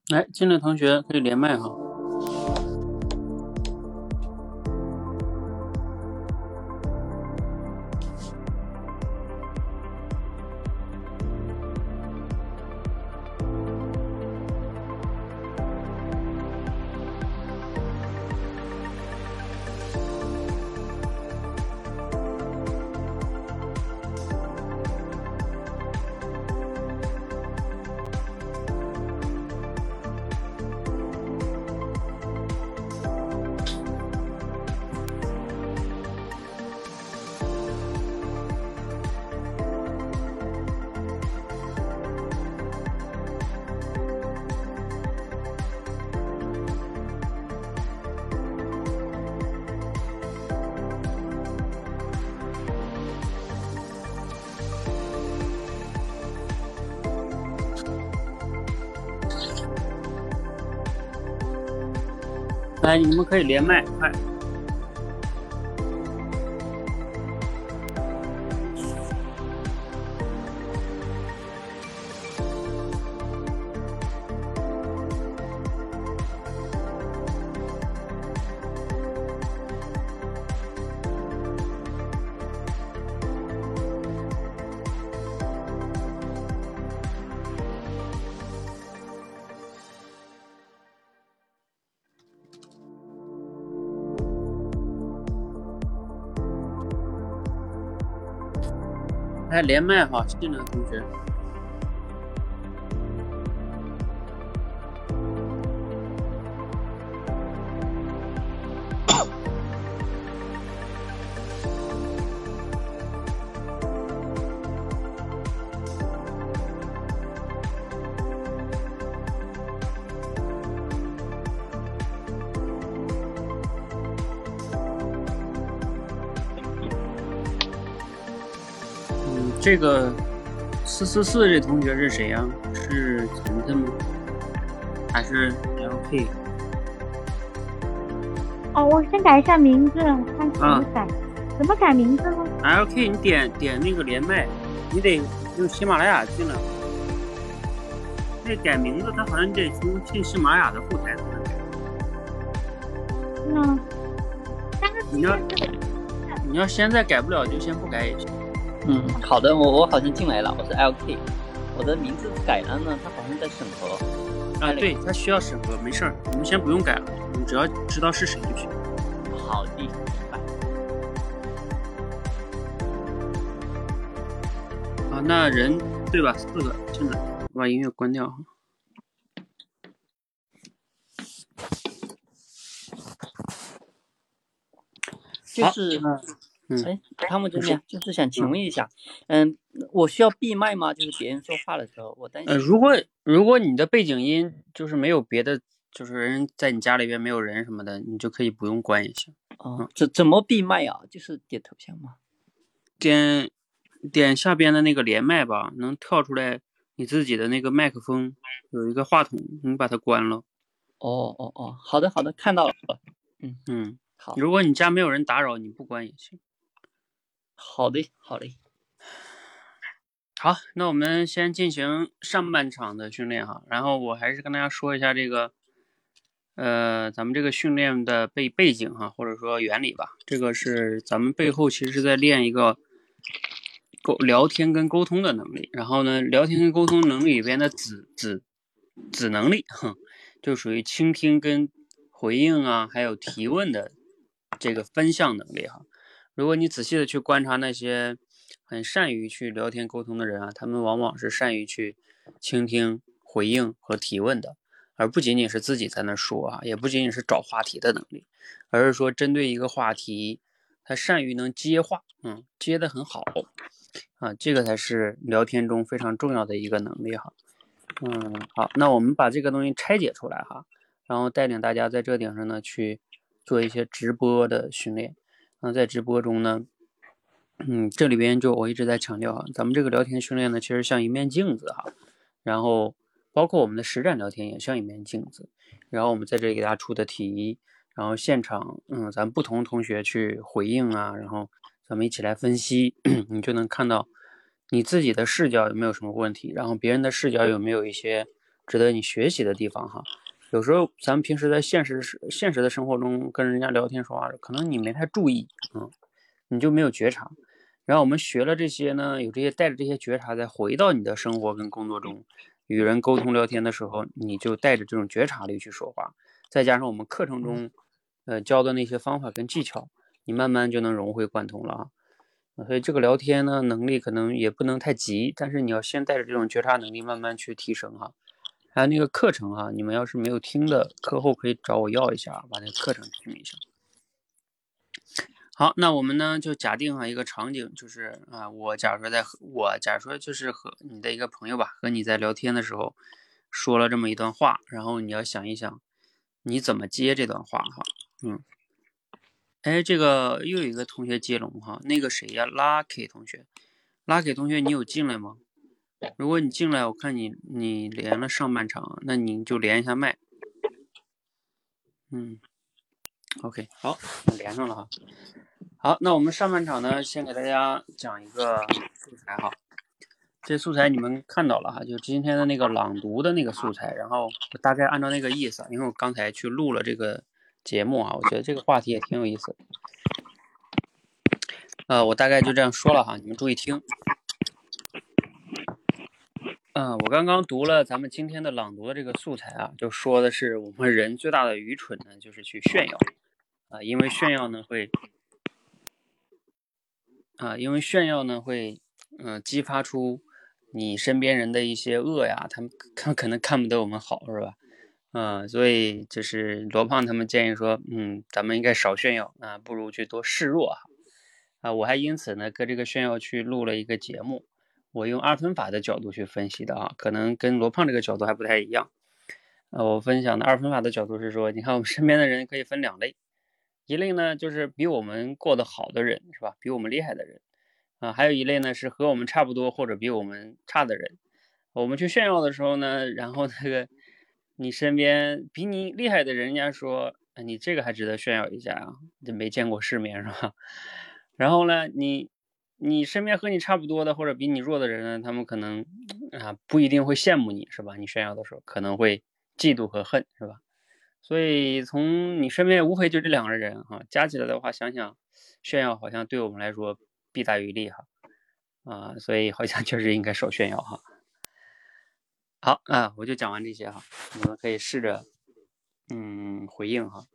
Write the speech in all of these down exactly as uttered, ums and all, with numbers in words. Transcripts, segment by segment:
来，进来同学可以连麦哈。来，你们可以连麦，快！来连麦哈，进来的同学。嗯，这个四四四这同学是谁呀、啊？是晨晨吗？还是 L K？ 哦，我先改一下名字，看怎么改。啊、怎么改名字呢 ？L K， 你点点那个连麦，你得用喜马拉雅进来。那改名字，它好像你得从进喜马拉雅的后台才能改。 嗯，但是你要你要现在改不了，就先不改也行。 嗯，好的，我我好像进来了，我是 L K， 我的名字改了呢，它好像在审核。 啊，对，它需要审核，没事儿，我们先不用改了，你只要知道是谁就行。 好的，明白。 啊，那人对吧？四个进来，我把音乐关掉哈。 就是， 嗯， 哎，汤姆这边就是想请问一下，嗯，我需要闭麦吗？就是别人说话的时候，我担心。 呃，如果如果你的背景音就是没有别的，就是人在你家里边没有人什么的，你就可以不用关也行。 哦，怎怎么闭麦啊？就是点头像吗？ 点点下边的那个连麦吧，能跳出来你自己的那个麦克风，有一个话筒，你把它关了。 哦哦哦，好的好的，看到了。嗯嗯， 好。 如果你家没有人打扰，你不关也行。 好的好的。 好，那我们先进行上半场的训练哈，然后我还是跟大家说一下这个，呃，咱们这个训练的背背景哈，或者说原理吧。这个是咱们背后其实是在练一个沟聊天跟沟通的能力，然后呢，聊天跟沟通能力里边的子子子能力，哼，就属于倾听跟回应啊，还有提问的这个分项能力哈。如果你仔细的去观察那些很善于去聊天沟通的人啊，他们往往是善于去倾听、回应和提问的，而不仅仅是自己在那说啊，也不仅仅是找话题的能力，而是说针对一个话题，他善于能接话，嗯，接得很好啊，这个才是聊天中非常重要的一个能力哈。嗯，好，那我们把这个东西拆解出来哈，然后带领大家在这顶上呢去做一些直播的训练。那在直播中呢，嗯，这里边就我一直在强调哈，咱们这个聊天训练呢，其实像一面镜子哈，然后包括我们的实战聊天也像一面镜子，然后我们在这里给大家出的题，然后现场，嗯，咱不同同学去回应啊，然后咱们一起来分析，你就能看到你自己的视角有没有什么问题，然后别人的视角有没有一些值得你学习的地方哈。有时候咱们平时在现实现实的生活中跟人家聊天说话，可能你没太注意，嗯，你就没有觉察。然后我们学了这些呢，有这些带着这些觉察，再回到你的生活跟工作中，与人沟通聊天的时候，你就带着这种觉察力去说话。再加上我们课程中，呃教的那些方法跟技巧，你慢慢就能融会贯通了啊。所以这个聊天呢，能力可能也不能太急，但是你要先带着这种觉察能力慢慢去提升哈。还有那个课程哈，你们要是没有听的，课后可以找我要一下，把那个课程听一下。好，那我们呢就假定哈一个场景，就是啊，我假如说在和我假如说就是和你的一个朋友吧，和你在聊天的时候说了这么一段话，然后你要想一想你怎么接这段话哈，嗯。哎，这个又有一个同学接龙哈，那个谁呀 ，Lucky 同学，Lucky 同学，你有进来吗？如果你进来，我看你你连了上半场，那你就连一下麦。嗯 ，OK， 好，连上了哈。好，那我们上半场呢，先给大家讲一个素材哈。这素材你们看到了哈，就今天的那个朗读的那个素材，然后我大概按照那个意思，因为我刚才去录了这个节目啊，我觉得这个话题也挺有意思的。呃，我大概就这样说了哈，你们注意听。嗯，我刚刚读了咱们今天的朗读的这个素材啊，就说的是我们人最大的愚蠢呢，就是去炫耀啊，因为炫耀呢会啊，因为炫耀呢会嗯、呃、激发出你身边人的一些恶呀，他们看可能看不得我们好，是吧？嗯、呃，所以就是罗胖他们建议说，嗯，咱们应该少炫耀啊，不如去多示弱哈。啊，我还因此呢跟这个炫耀去录了一个节目。我用二分法的角度去分析的啊，可能跟罗胖这个角度还不太一样。呃，我分享的二分法的角度是说，你看我们身边的人可以分两类，一类呢就是比我们过得好的人，是吧？比我们厉害的人啊，还有一类呢是和我们差不多或者比我们差的人。我们去炫耀的时候呢，然后那个你身边比你厉害的人家说，啊你这个还值得炫耀一下啊，这没见过世面是吧？然后呢，你你身边和你差不多的或者比你弱的人呢，他们可能啊不一定会羡慕你，是吧？你炫耀的时候可能会嫉妒和恨，是吧？所以从你身边无非就这两个人哈、啊，加起来的话，想想炫耀好像对我们来说弊大于利哈啊，所以好像确实应该少炫耀哈。好啊，我就讲完这些哈，你们可以试着嗯回应哈。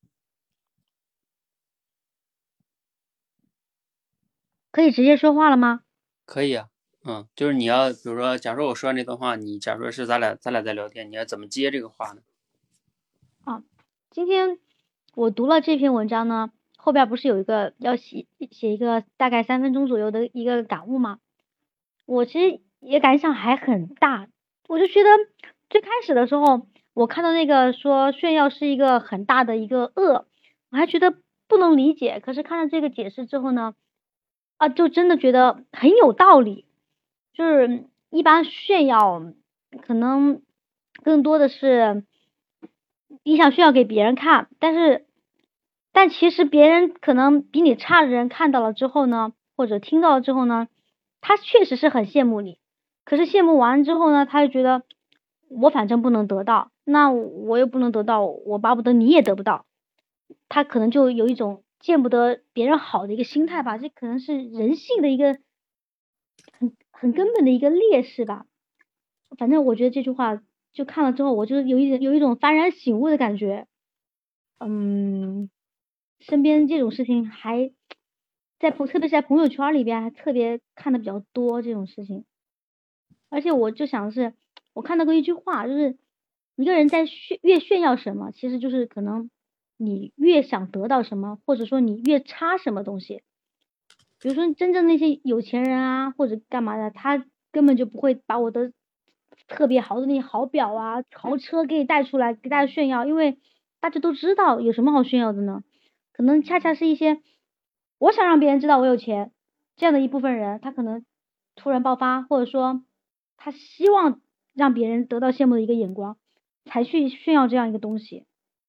可以直接说话了吗？ 可以啊，嗯，就是你要比如说，假如我说完这段话，你假如说是咱俩咱俩在聊天，你要怎么接这个话呢？ 啊，今天我读了这篇文章呢，后边不是有一个要写写一个大概三分钟左右的一个感悟吗？我其实也感想还很大，我就觉得最开始的时候，我看到那个说炫耀是一个很大的一个恶，我还觉得不能理解，可是看了这个解释之后呢，啊，就真的觉得很有道理。就是一般炫耀，可能更多的是你想炫耀给别人看，但是但其实别人可能比你差的人看到了之后呢，或者听到了之后呢，他确实是很羡慕你，可是羡慕完了之后呢，他就觉得我反正不能得到，那我又不能得到，我巴不得你也得不到，他可能就有一种见不得别人好的一个心态吧，这可能是人性的一个很很根本的一个劣势吧。反正我觉得这句话就看了之后，我就有一种有一种幡然醒悟的感觉。嗯，身边这种事情还在朋，特别是在朋友圈里边还特别看的比较多这种事情。而且我就想的是，我看到过一句话，就是一个人在炫越炫耀什么，其实就是可能你越想得到什么，或者说你越差什么东西。比如说真正那些有钱人啊，或者干嘛的，他根本就不会把我的特别好的那些好表啊、豪车给你带出来给大家炫耀，因为大家都知道有什么好炫耀的呢？可能恰恰是一些我想让别人知道我有钱这样的一部分人，他可能突然爆发，或者说他希望让别人得到羡慕的一个眼光，才去炫耀这样一个东西。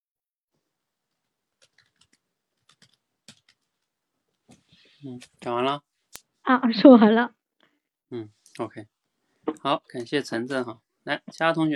嗯，讲完了。 啊，说完了。 嗯 ，OK，好，感谢岑岑哈，来，其他同学们。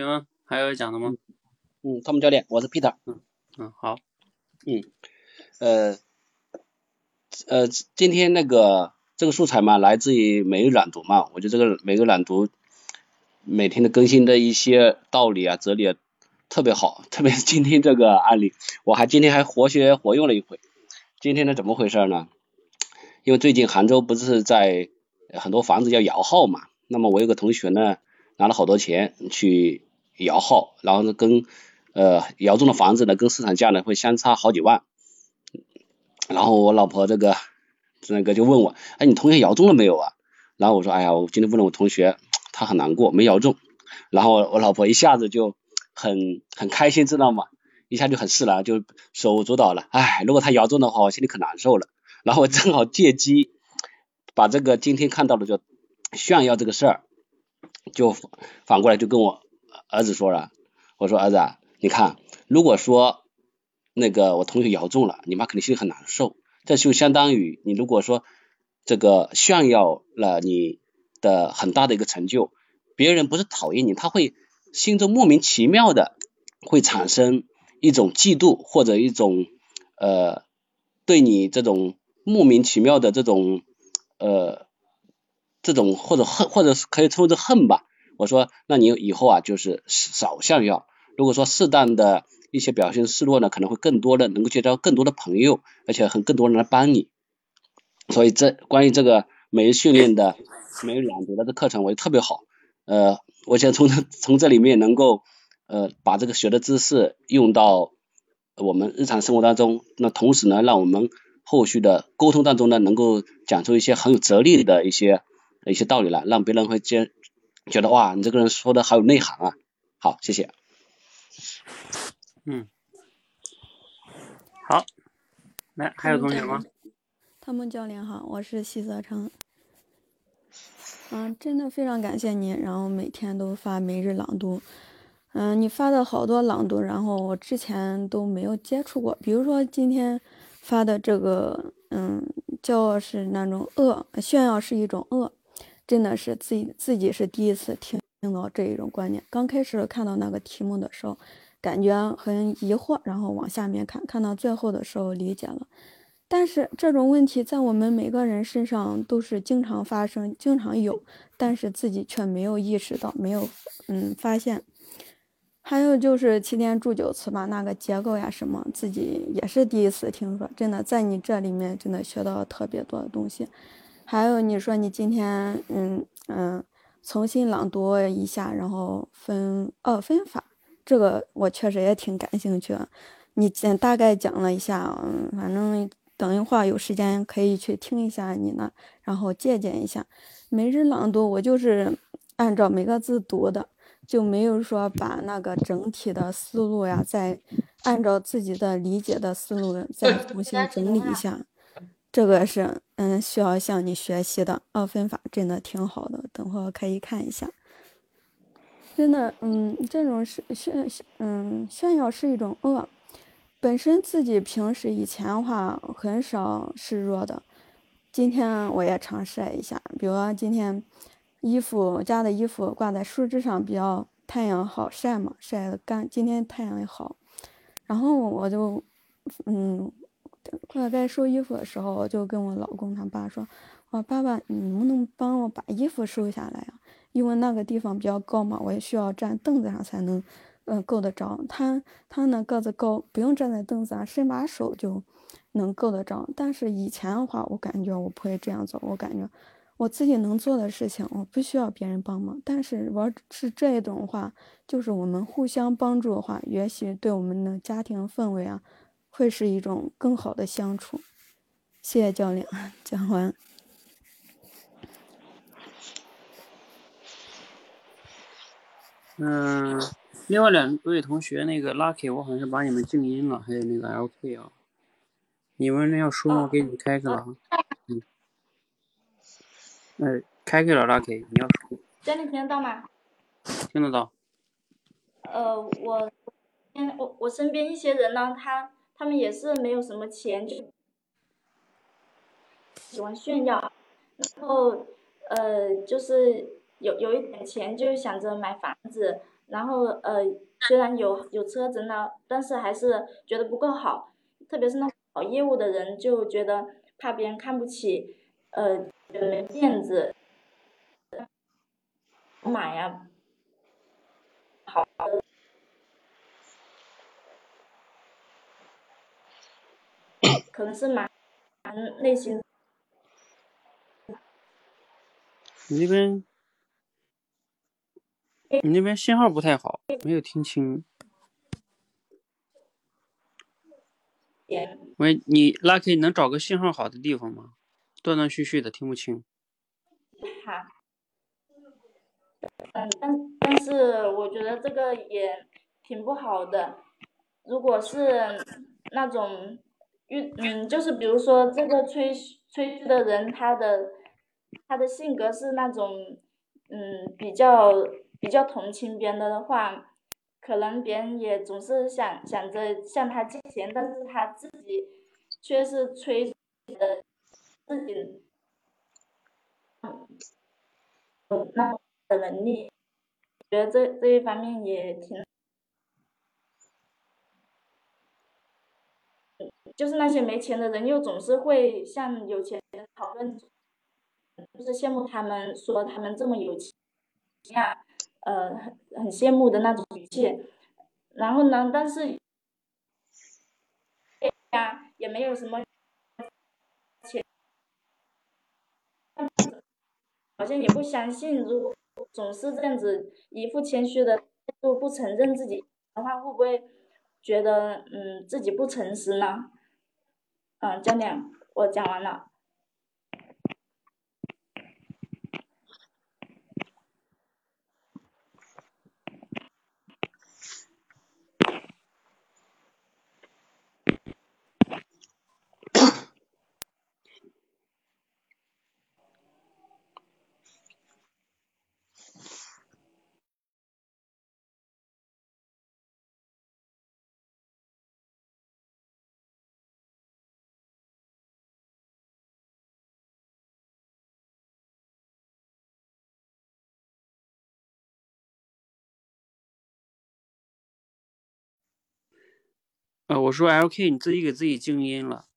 还有讲的吗？ 嗯，汤姆教练，我是 Peter。 嗯嗯，好。 嗯，呃呃，今天那个这个素材嘛，来自于每日朗读嘛，我觉得这个每日朗读每天的更新的一些道理啊、哲理啊，特别好，特别是今天这个案例，我还今天还活学活用了一回。今天呢，怎么回事呢？因为最近杭州不是在很多房子要摇号嘛，那么我有个同学呢，拿了好多钱去摇号，然后呢跟呃摇中的房子呢跟市场价呢会相差好几万，然后我老婆这个那个就问我，哎，你同学摇中了没有啊？然后我说，哎呀，我今天问了我同学，他很难过，没摇中。然后我老婆一下子就很很开心，知道吗？一下就很释然，就手舞足蹈了。哎，如果他摇中的话，我心里可难受了。然后我正好借机把这个今天看到的就炫耀这个事儿，就反过来就跟我儿子说了，我说儿子啊，你看，如果说那个我同学摇中了，你妈肯定心里很难受，这就相当于你如果说这个炫耀了你的很大的一个成就，别人不是讨厌你，他会心中莫名其妙的会产生一种嫉妒或者一种呃对你这种莫名其妙的这种呃这种或者恨，或者可以称为这恨吧。我说，那你以后啊就是少炫耀，如果说适当的一些表现示弱呢，可能会更多的能够结交更多的朋友，而且很更多人来帮你。所以这关于这个每日训练的每日朗读的这课程，我觉得特别好。呃，我想从从这里面能够呃把这个学的知识用到我们日常生活当中，那同时呢，让我们后续的沟通当中呢，能够讲出一些很有哲理的一些一些道理来，让别人会觉觉得哇，你这个人说的好有内涵啊。好，谢谢。 嗯，好，来，还有同学吗？ 汤姆教练好，我是西泽成。嗯，真的非常感谢你，然后每天都发每日朗读。嗯，你发的好多朗读，然后我之前都没有接触过，比如说今天发的这个，嗯，骄傲是那种恶，炫耀是一种恶，真的是自己自己是第一次听听到这一种观念。刚开始看到那个题目的时候，感觉很疑惑，然后往下面看，看到最后的时候理解了。但是这种问题在我们每个人身上都是经常发生，经常有，但是自己却没有意识到，没有嗯发现。还有就是七天铸九次吧，那个结构呀什么，自己也是第一次听说，真的在你这里面真的学到了特别多的东西。还有你说你今天嗯嗯重新朗读一下，然后分二分法，这个我确实也挺感兴趣的。你简大概讲了一下，嗯，反正等一会儿有时间可以去听一下你那，然后借鉴一下。每日朗读我就是按照每个字读的，就没有说把那个整体的思路呀，再按照自己的理解的思路再重新整理一下。这个是嗯需要向你学习的，二分法真的挺好的，等会儿可以看一下。真的，嗯，这种是炫，嗯，炫耀是一种恶。本身自己平时以前的话很少示弱的，今天我也尝试了一下，比如说今天衣服家的衣服挂在树枝上，比较太阳好晒嘛，晒得干。今天太阳也好，然后我就，嗯，快该收衣服的时候，我就跟我老公他爸说：“我爸爸，你能不能帮我把衣服收下来呀？因为那个地方比较高嘛，我也需要站凳子上才能。”嗯，够得着。他他呢个子高，不用站在凳子上，伸把手就能够得着。但是以前的话，我感觉我不会这样做，我感觉我自己能做的事情，我不需要别人帮忙。但是我是这种话，就是我们互相帮助的话，也许对我们的家庭氛围啊，会是一种更好的相处。谢谢教练，讲完。 嗯，另外两位同学，那个 Lucky， 我好像是把你们静音了，还有那个 L K 啊，你们要说吗？我给你们开开了哈。嗯，哎，开开了 Lucky， 你要说。 这里听得到吗？ 听得到。 呃，我，我我身边一些人呢，他他们也是没有什么钱，就喜欢炫耀，然后呃，就是有有一点钱就想着买房子， 然后呃虽然有有车子呢，但是还是觉得不够好，特别是那搞业务的人就觉得怕别人看不起，呃没面子，买呀、好的可能是蛮蛮内心。 你那边你那边信号不太好，没有听清。喂，你 Lucky 能找个信号好的地方吗？断断续续的，听不清。 哈，嗯，但但是我觉得这个也挺不好的。如果是那种遇嗯，就是比如说这个吹吹嘘的人，他的他的性格是那种嗯比较比较同情别人的话，可能别人也总是想想着向他借钱，但是他自己却是吹的自己有那么的能力，觉得这这一方面也挺。就是那些没钱的人又总是会向有钱人讨论，就是羡慕他们，说他们这么有钱呀，呃，很很羡慕的那种语气。然后呢，但是呀，也没有什么钱，好像也不相信，如果总是这样子一副谦虚的态度，不承认自己的话，会不会觉得嗯自己不诚实呢？嗯，教练，我讲完了。 呃，我说 L K 你自己给自己静音了。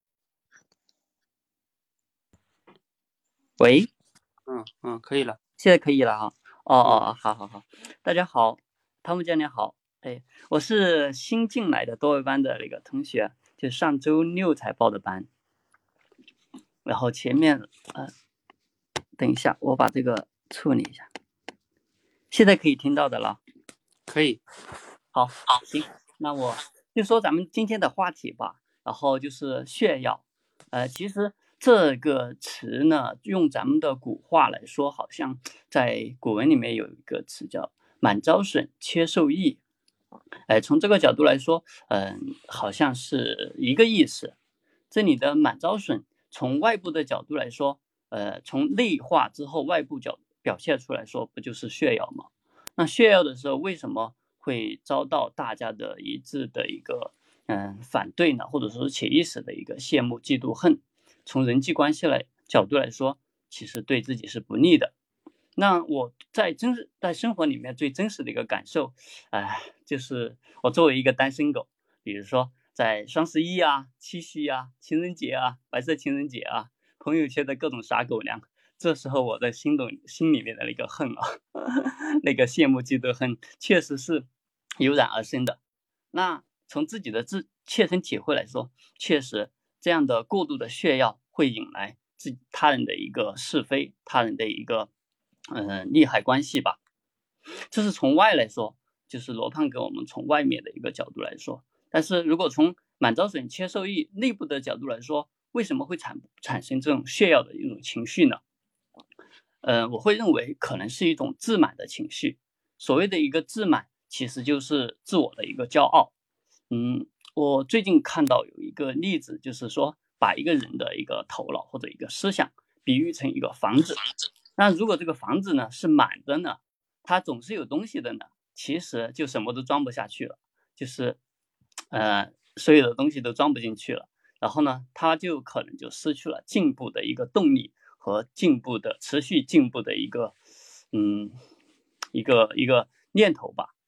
喂， 嗯嗯，可以了， 现在可以了哈。哦哦，好好好，大家好，汤姆教练好。哎，我是新进来的多维班的那个同学，就上周六才报的班。然后前面呃，等一下，我把这个处理一下，现在可以听到的了。 可以。 好，行，那我就说咱们今天的话题吧。然后就是炫耀，呃，其实这个词呢，用咱们的古话来说，好像在古文里面有一个词叫“满招损，谦受益”。呃，从这个角度来说，嗯、呃，好像是一个意思。这里的满招损，从外部的角度来说，呃，从内化之后外部角表现出来说，不就是炫耀吗？那炫耀的时候，为什么会遭到大家的一致的一个嗯、呃、反对呢？或者说是潜意识的一个羡慕、嫉妒、恨？从人际关系来角度来说，其实对自己是不利的。那我在真实在生活里面最真实的一个感受，哎、呃，就是我作为一个单身狗，比如说在双十一啊、七夕啊、情人节啊、白色情人节啊，朋友圈的各种撒狗粮，这时候我的心动心里面的那个恨啊，那个羡慕嫉妒恨，确实是油然而生的。那从自己的自切身体会来说，确实这样的过度的炫耀会引来自他人的一个是非，他人的一个嗯、呃、利害关系吧。这是从外来说，就是罗胖给我们从外面的一个角度来说。但是如果从满招损，谦受益内部的角度来说，为什么会产产生这种炫耀的一种情绪呢？呃，我会认为可能是一种自满的情绪。所谓的一个自满，其实就是自我的一个骄傲。嗯，我最近看到有一个例子，就是说把一个人的一个头脑或者一个思想比喻成一个房子。那如果这个房子呢是满的呢，它总是有东西的呢，其实就什么都装不下去了，就是呃所有的东西都装不进去了。然后呢，它就可能就失去了进步的一个动力和进步的持续进步的一个嗯一个一个念头吧。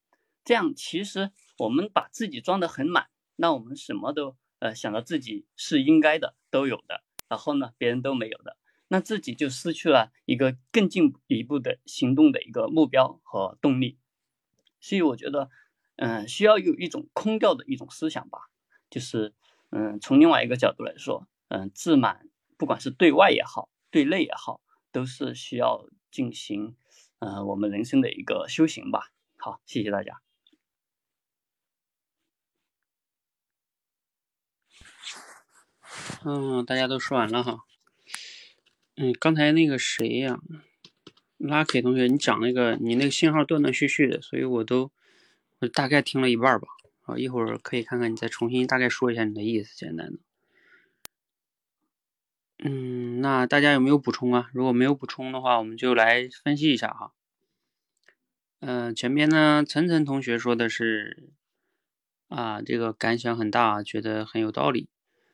这样其实我们把自己装得很满，那我们什么都呃想到自己是应该的都有的，然后呢别人都没有的，那自己就失去了一个更进一步的行动的一个目标和动力。所以我觉得嗯、呃，需要有一种空掉的一种思想吧，就是嗯，从另外一个角度来说，嗯，自满不管是对外也好，对内也好，都是需要进行呃我们人生的一个修行吧。好，谢谢大家。 嗯，大家都说完了哈。嗯，刚才那个谁呀、啊、，Lucky 同学，你讲那个你那个信号断断续续的，所以我都我大概听了一半吧。啊，一会儿可以看看你再重新大概说一下你的意思，简单的。嗯，那大家有没有补充啊？如果没有补充的话，我们就来分析一下哈。嗯、呃，前边呢，岑岑同学说的是啊，这个感想很大，觉得很有道理。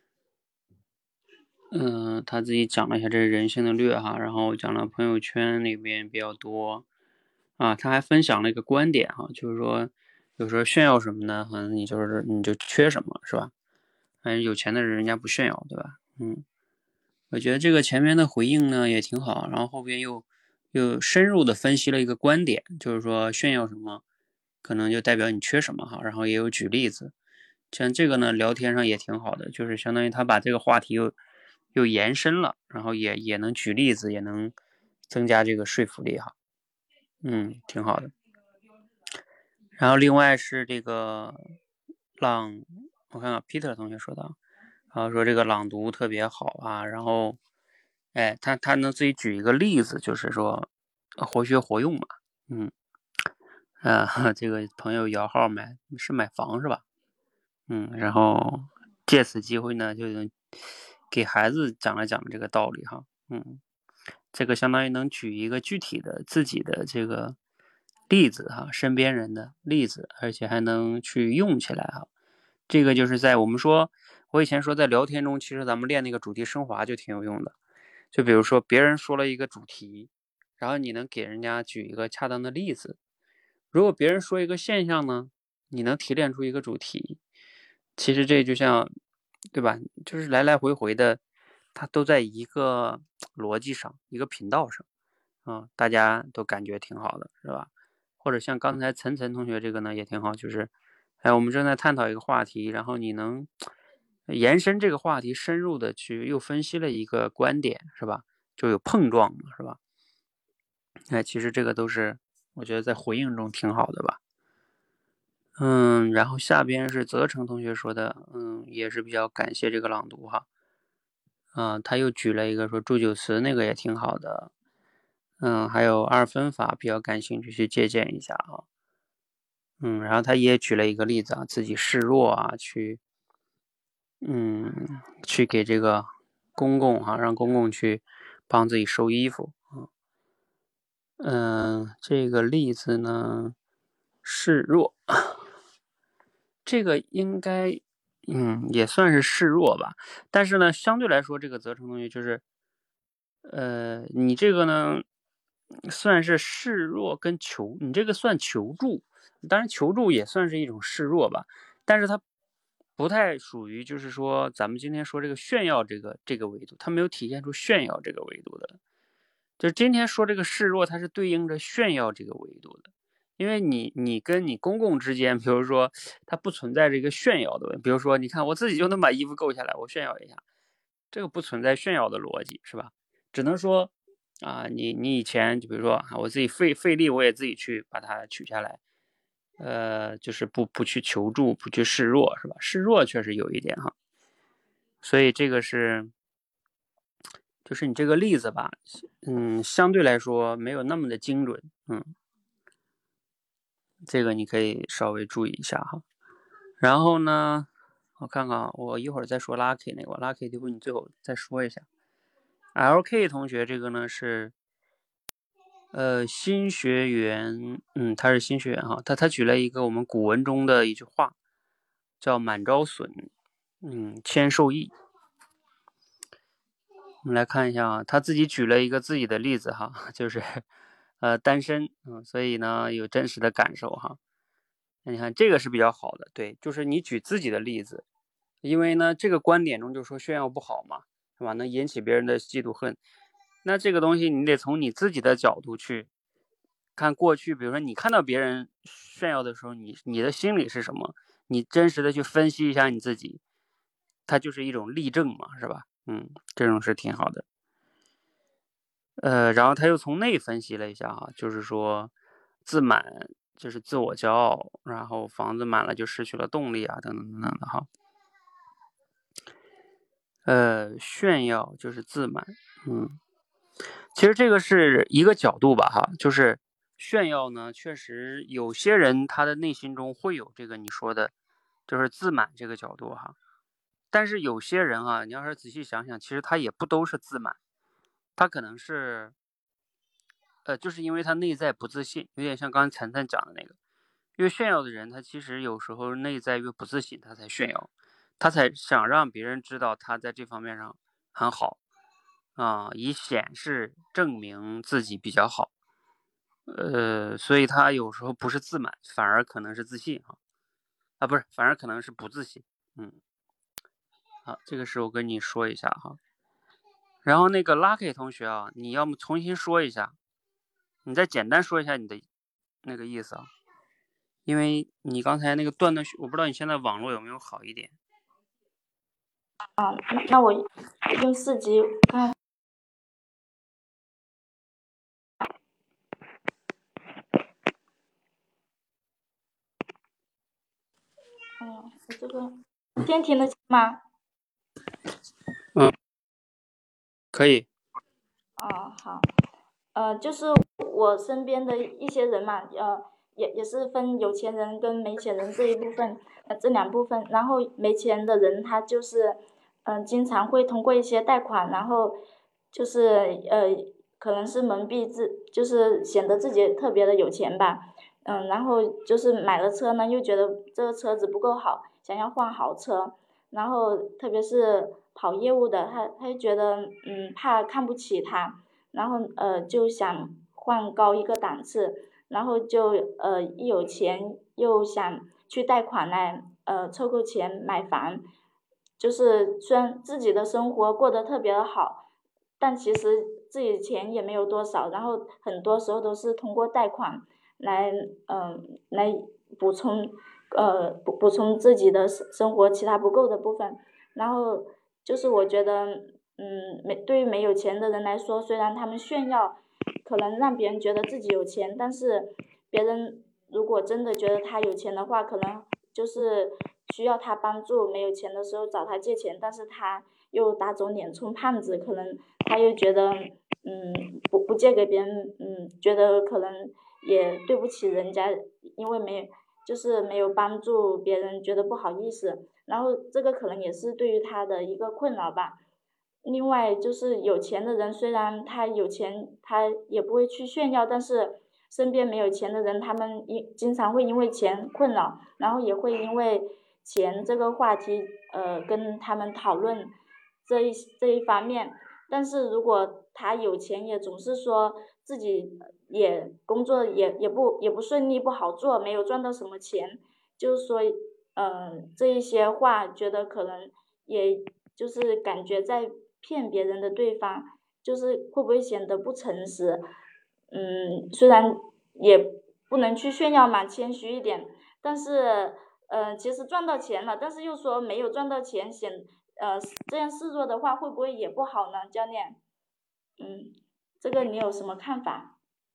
嗯、呃，他自己讲了一下这人性的劣哈，然后讲了朋友圈那边比较多啊，他还分享了一个观点哈，就是说有时候炫耀什么呢？可能你就是你就缺什么，是吧？反正有钱的人人家不炫耀，对吧？嗯。我觉得这个前面的回应呢也挺好，然后后边又又深入的分析了一个观点，就是说炫耀什么，可能就代表你缺什么哈，然后也有举例子，像这个呢聊天上也挺好的，就是相当于他把这个话题又又延伸了，然后也也能举例子，也能增加这个说服力哈，嗯，挺好的。然后另外是这个朗，我看看 Peter 同学说的。然后说这个朗读特别好啊，然后，哎，他他能自己举一个例子，就是说活学活用嘛，嗯，啊，这个朋友摇号买是买房是吧？嗯，然后借此机会呢，就能给孩子讲了讲这个道理哈，嗯，这个相当于能举一个具体的自己的这个例子哈，身边人的例子，而且还能去用起来哈。这个就是在我们说，我以前说在聊天中，其实咱们练那个主题升华就挺有用的。就比如说别人说了一个主题，然后你能给人家举一个恰当的例子。如果别人说一个现象呢，你能提炼出一个主题。其实这就像，对吧？就是来来回回的，它都在一个逻辑上，一个频道上，啊、嗯，大家都感觉挺好的，是吧？或者像刚才岑岑同学这个呢，也挺好，就是。哎，我们正在探讨一个话题，然后你能延伸这个话题，深入的去又分析了一个观点，是吧？就有碰撞了，是吧？哎，其实这个都是我觉得在回应中挺好的吧。嗯，然后下边是泽成同学说的，嗯，也是比较感谢这个朗读哈。啊、嗯，他又举了一个说祝酒词那个也挺好的，嗯，还有二分法比较感兴趣，去借鉴一下啊。嗯，然后他也举了一个例子啊，自己示弱啊，去，嗯，去给这个公公哈、啊，让公公去帮自己收衣服啊。嗯、呃，这个例子呢，示弱，这个应该，嗯，也算是示弱吧。但是呢，相对来说，这个责成同学就是，呃，你这个呢，算是示弱跟求，你这个算求助。当然，求助也算是一种示弱吧，但是它不太属于，就是说咱们今天说这个炫耀这个这个维度，它没有体现出炫耀这个维度的。就是今天说这个示弱，它是对应着炫耀这个维度的，因为你你跟你公公之间，比如说它不存在这个炫耀的问题，比如说你看我自己就能把衣服够下来，我炫耀一下，这个不存在炫耀的逻辑，是吧？只能说啊，你你以前就比如说啊，我自己费费力，我也自己去把它取下来。呃，就是不不去求助，不去示弱，是吧？示弱确实有一点哈，所以这个是，就是你这个例子吧，嗯，相对来说没有那么的精准，嗯，这个你可以稍微注意一下哈。然后呢，我看看，我一会儿再说 Lucky 那个 ，Lucky 就你最后再说一下。L K 同学这个呢是，呃，新学员，嗯，他是新学员哈，他他举了一个我们古文中的一句话。叫满招损，嗯，谦受益。我们来看一下啊，他自己举了一个自己的例子哈，就是呃单身，嗯，所以呢有真实的感受哈。 你看这个是比较好的，对，就是你举自己的例子，因为呢这个观点中就说炫耀不好嘛，是吧？能引起别人的嫉妒恨，那这个东西你得从你自己的角度去看过去，比如说你看到别人炫耀的时候，你你的心里是什么？你真实的去分析一下你自己，它就是一种例证嘛，是吧？嗯，这种是挺好的。呃，然后他又从内分析了一下哈，就是说自满就是自我骄傲，然后房子满了就失去了动力啊，等等等等的哈。呃，炫耀就是自满，嗯，其实这个是一个角度吧哈，就是炫耀呢，确实有些人他的内心中会有这个你说的，就是自满这个角度哈。但是有些人啊，你要是仔细想想，其实他也不都是自满，他可能是。呃，就是因为他内在不自信，有点像刚才岑岑讲的那个，越炫耀的人，他其实有时候内在越不自信，他才炫耀，他才想让别人知道他在这方面上很好啊，以显示证明自己比较好。呃，所以他有时候不是自满，反而可能是自信哈，啊，不是，反而可能是不自信。嗯，好，这个是我跟你说一下哈。然后那个 Lucky 同学啊，你要么重新说一下。你再简单说一下你的那个意思啊，因为你刚才那个断断续，我不知道你现在网络有没有好一点。 啊，那我用四级看。哎呀，我这个现在听得清吗？ 嗯，可以。 哦，好。呃，就是我身边的一些人嘛，呃，也也是分有钱人跟没钱人这一部分，呃，这两部分。然后没钱的人他就是，嗯、呃，经常会通过一些贷款，然后就是呃，可能是蒙蔽自，就是显得自己特别的有钱吧。嗯，然后就是买了车呢，又觉得这个车子不够好，想要换好车。然后特别是跑业务的，他他就觉得嗯怕看不起他。然后呃就想换高一个档次，然后就呃一有钱又想去贷款来呃凑够钱买房，就是虽然自己的生活过得特别的好，但其实自己钱也没有多少，然后很多时候都是通过贷款来嗯、呃、来补充呃补补充自己的生活其他不够的部分，然后就是我觉得。嗯，没对于没有钱的人来说，虽然他们炫耀，可能让别人觉得自己有钱，但是别人如果真的觉得他有钱的话，可能就是需要他帮助，没有钱的时候找他借钱，但是他又打肿脸充胖子，可能他又觉得嗯不不借给别人，嗯觉得可能也对不起人家，因为没有就是没有帮助别人，觉得不好意思，然后这个可能也是对于他的一个困扰吧。另外就是有钱的人，虽然他有钱，他也不会去炫耀，但是身边没有钱的人，他们因经常会因为钱困扰，然后也会因为钱这个话题，呃，跟他们讨论这一这一方面。但是如果他有钱，也总是说自己也工作也也不也不顺利，不好做，没有赚到什么钱，就是说，嗯、呃，这一些话，觉得可能也就是感觉在骗别人的对方，就是会不会显得不诚实？嗯，虽然也不能去炫耀嘛，谦虚一点，但是呃，其实赚到钱了，但是又说没有赚到钱，显呃这样示弱的话，会不会也不好呢，教练？嗯，这个你有什么看法？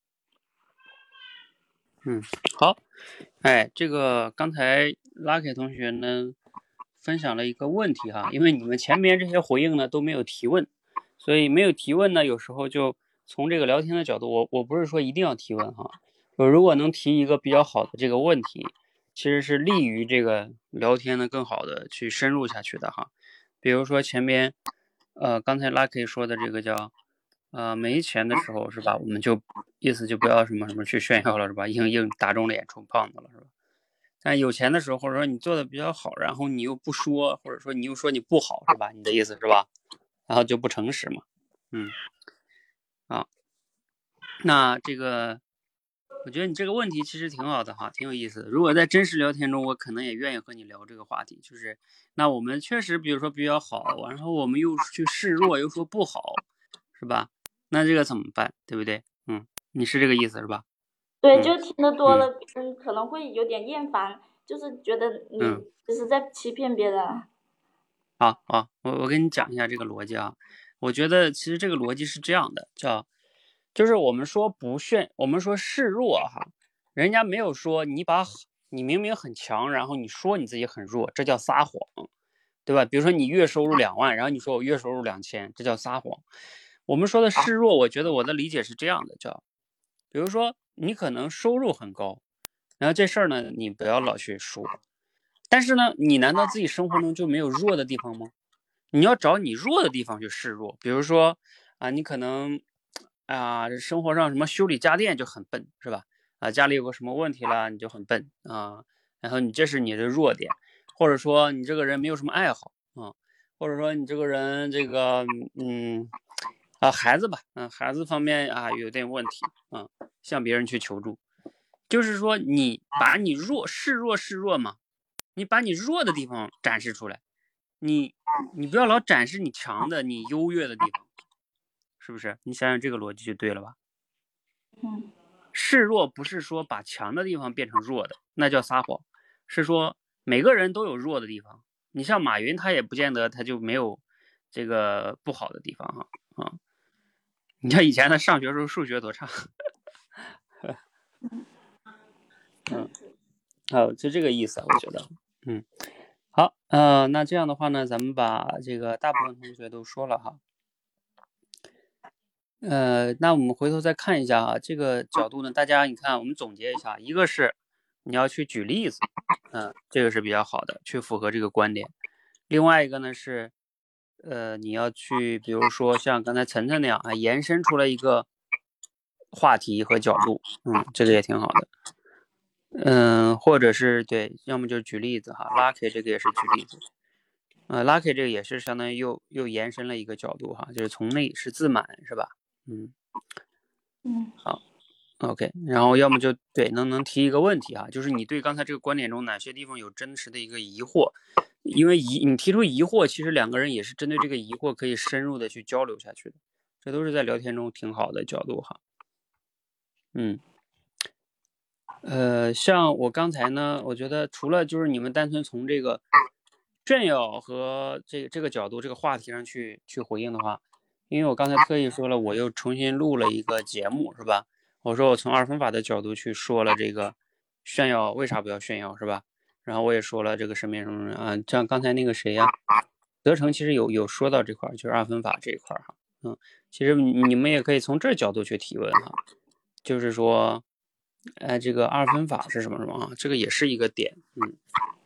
嗯，好，哎，这个刚才 Lucky 同学呢分享了一个问题哈，因为你们前面这些回应呢都没有提问，所以没有提问呢，有时候就从这个聊天的角度，我我不是说一定要提问哈，我如果能提一个比较好的这个问题，其实是利于这个聊天呢更好的去深入下去的哈。比如说前面呃刚才 Lucky 说的这个叫呃没钱的时候是吧，我们就意思就不要什么什么去炫耀了是吧，硬硬打肿脸充胖子了是吧。但有钱的时候，或者说你做的比较好，然后你又不说，或者说你又说你不好是吧，你的意思是吧，然后就不诚实嘛。嗯，啊，那这个我觉得你这个问题其实挺好的哈，挺有意思的。如果在真实聊天中，我可能也愿意和你聊这个话题，就是那我们确实比如说比较好，然后我们又去示弱，又说不好，是吧？那这个怎么办，对不对？嗯，你是这个意思是吧？ 对， 嗯就听得多了， 嗯别人可能会有点厌烦，就是觉得你嗯， 只是在欺骗别人。 好好，我我跟你讲一下这个逻辑啊。我觉得其实这个逻辑是这样的，叫就是我们说不炫，我们说示弱哈，人家没有说你把你明明很强，然后你说你自己很弱，这叫撒谎，对吧？比如说你月收入两万，然后你说我月收入两千，这叫撒谎。我们说的示弱，我觉得我的理解是这样的，叫比如说你可能收入很高，然后这事儿呢你不要老去说，但是呢，你难道自己生活中就没有弱的地方吗？你要找你弱的地方去示弱，比如说啊，你可能啊生活上什么修理家电就很笨，是吧？啊，家里有个什么问题了，你就很笨啊，然后你这是你的弱点，或者说你这个人没有什么爱好啊，或者说你这个人这个嗯啊孩子吧，嗯、啊、孩子方面啊有点问题啊，向别人去求助，就是说你把你弱示弱示弱嘛，你把你弱的地方展示出来。你你不要老展示你强的、你优越的地方，是不是？你想想这个逻辑就对了吧？ 嗯， 示弱不是说把强的地方变成弱的，那叫撒谎，是说每个人都有弱的地方。你像马云，他也不见得他就没有这个不好的地方哈啊。你看以前他上学时候数学多差，嗯，好，就这个意思啊，我觉得，嗯。好，呃，那这样的话呢，咱们把这个大部分同学都说了哈，呃，那我们回头再看一下啊，这个角度呢，大家你看，我们总结一下，一个是你要去举例子，嗯、呃，这个是比较好的，去符合这个观点。另外一个呢是，呃，你要去，比如说像刚才晨晨那样啊，延伸出来一个话题和角度，嗯，这个也挺好的。嗯，或者是对，要么就是举例子哈 ，Lucky 这个也是举例子。呃 ，Lucky 这个也是相当于又又延伸了一个角度哈，就是从内是自满是吧？嗯嗯， 好 ，OK，然后要么就对能能提一个问题哈，就是你对刚才这个观点中哪些地方有真实的一个疑惑，因为疑你提出疑惑，其实两个人也是针对这个疑惑可以深入的去交流下去的，这都是在聊天中挺好的角度哈。嗯。呃，像我刚才呢，我觉得除了就是你们单纯从这个炫耀和这个这个角度、这个话题上去去回应的话，因为我刚才特意说了，我又重新录了一个节目，是吧？我说我从二分法的角度去说了这个炫耀为啥不要炫耀，是吧？然后我也说了这个身边什么人啊，像刚才那个谁呀、啊，德成其实有有说到这块，就是二分法这一块哈，嗯，其实你们也可以从这角度去提问哈，就是说。哎，这个二分法是什么什么啊？这个也是一个点，嗯。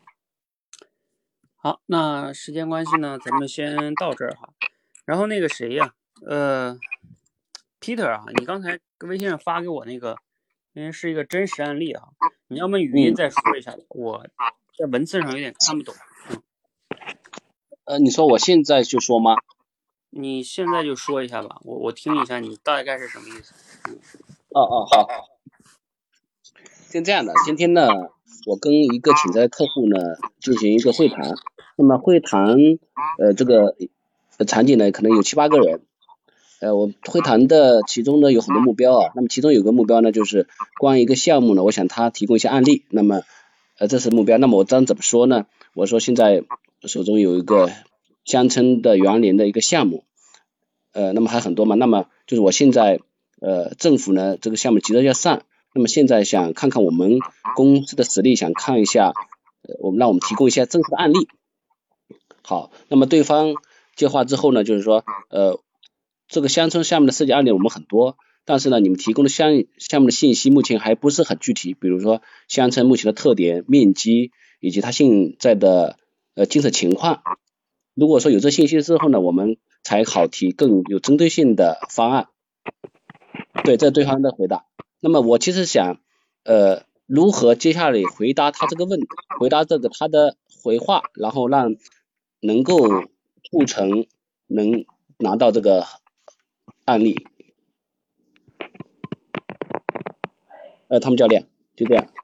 好，那时间关系呢，咱们先到这儿哈。然后那个谁呀、啊，呃 ，Peter 啊，你刚才微信上发给我那个，因为是一个真实案例啊，你要么语音再说一下，嗯、我在文字上有点看不懂。嗯。 呃，你说我现在就说吗？ 你现在就说一下吧，我我听一下你大概是什么意思。嗯。 哦哦，好。是这样的，今天呢，我跟一个潜在客户呢进行一个会谈。那么会谈，呃，这个场景呢，可能有七八个人。呃，我会谈的其中呢有很多目标啊。那么其中有个目标呢，就是关于一个项目呢，我想他提供一些案例。那么，呃，这是目标。那么我当怎么说呢？我说现在手中有一个乡村的园林的一个项目，呃，那么还很多嘛。那么就是我现在，呃，政府呢这个项目急着要上。那么现在想看看我们公司的实力，想看一下，呃，我们让我们提供一些真实的案例。好，那么对方接话之后呢，就是说，呃，这个乡村项目的设计案例我们很多，但是呢，你们提供的项项目的信息目前还不是很具体，比如说乡村目前的特点、面积以及它现在的呃建设情况。如果说有这信息之后呢，我们才好提更有针对性的方案。对，这是对方的回答。那么我其实想，呃，如何接下来回答他这个问，回答这个他的回话，然后让能够促成能拿到这个案例。 呃，他们教练就这样。